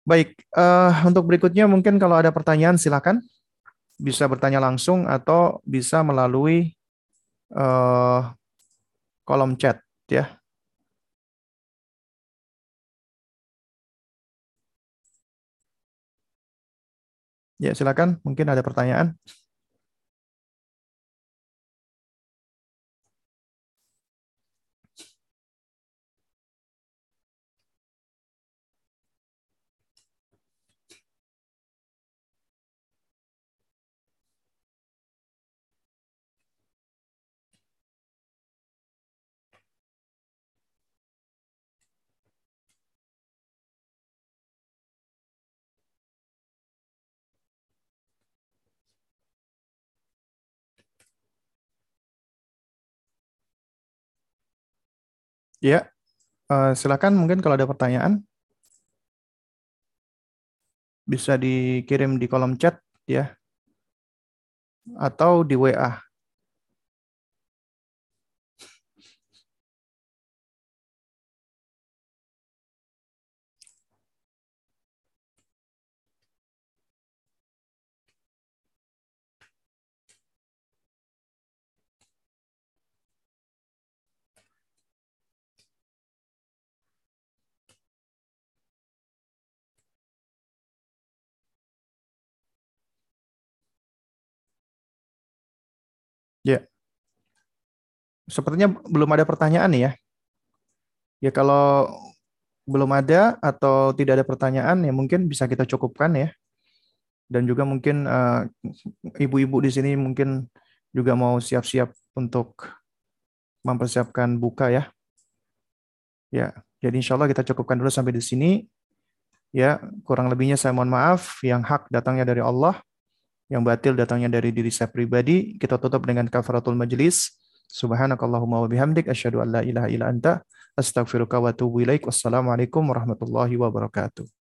Baik, eh, untuk berikutnya mungkin kalau ada pertanyaan silakan bisa bertanya langsung atau bisa melalui eh, kolom chat ya. Ya, silakan. Mungkin ada pertanyaan. Ya, eh, silakan mungkin kalau ada pertanyaan bisa dikirim di kolom chat ya atau di W A. Ya, sepertinya belum ada pertanyaan nih ya. Ya kalau belum ada atau tidak ada pertanyaan ya mungkin bisa kita cukupkan ya. Dan juga mungkin eh, ibu-ibu di sini mungkin juga mau siap-siap untuk mempersiapkan buka ya. Ya, jadi insya Allah kita cukupkan dulu sampai di sini. Ya, kurang lebihnya saya mohon maaf. Yang hak datangnya dari Allah, yang batil datangnya dari diri saya pribadi. Kita tutup dengan kafaratul majlis. Subhanakallahumma wa bihamdik asyhadu an la ilaha illa anta astaghfiruka wa atubu ilaik. Wassalamualaikum warahmatullahi wabarakatuh.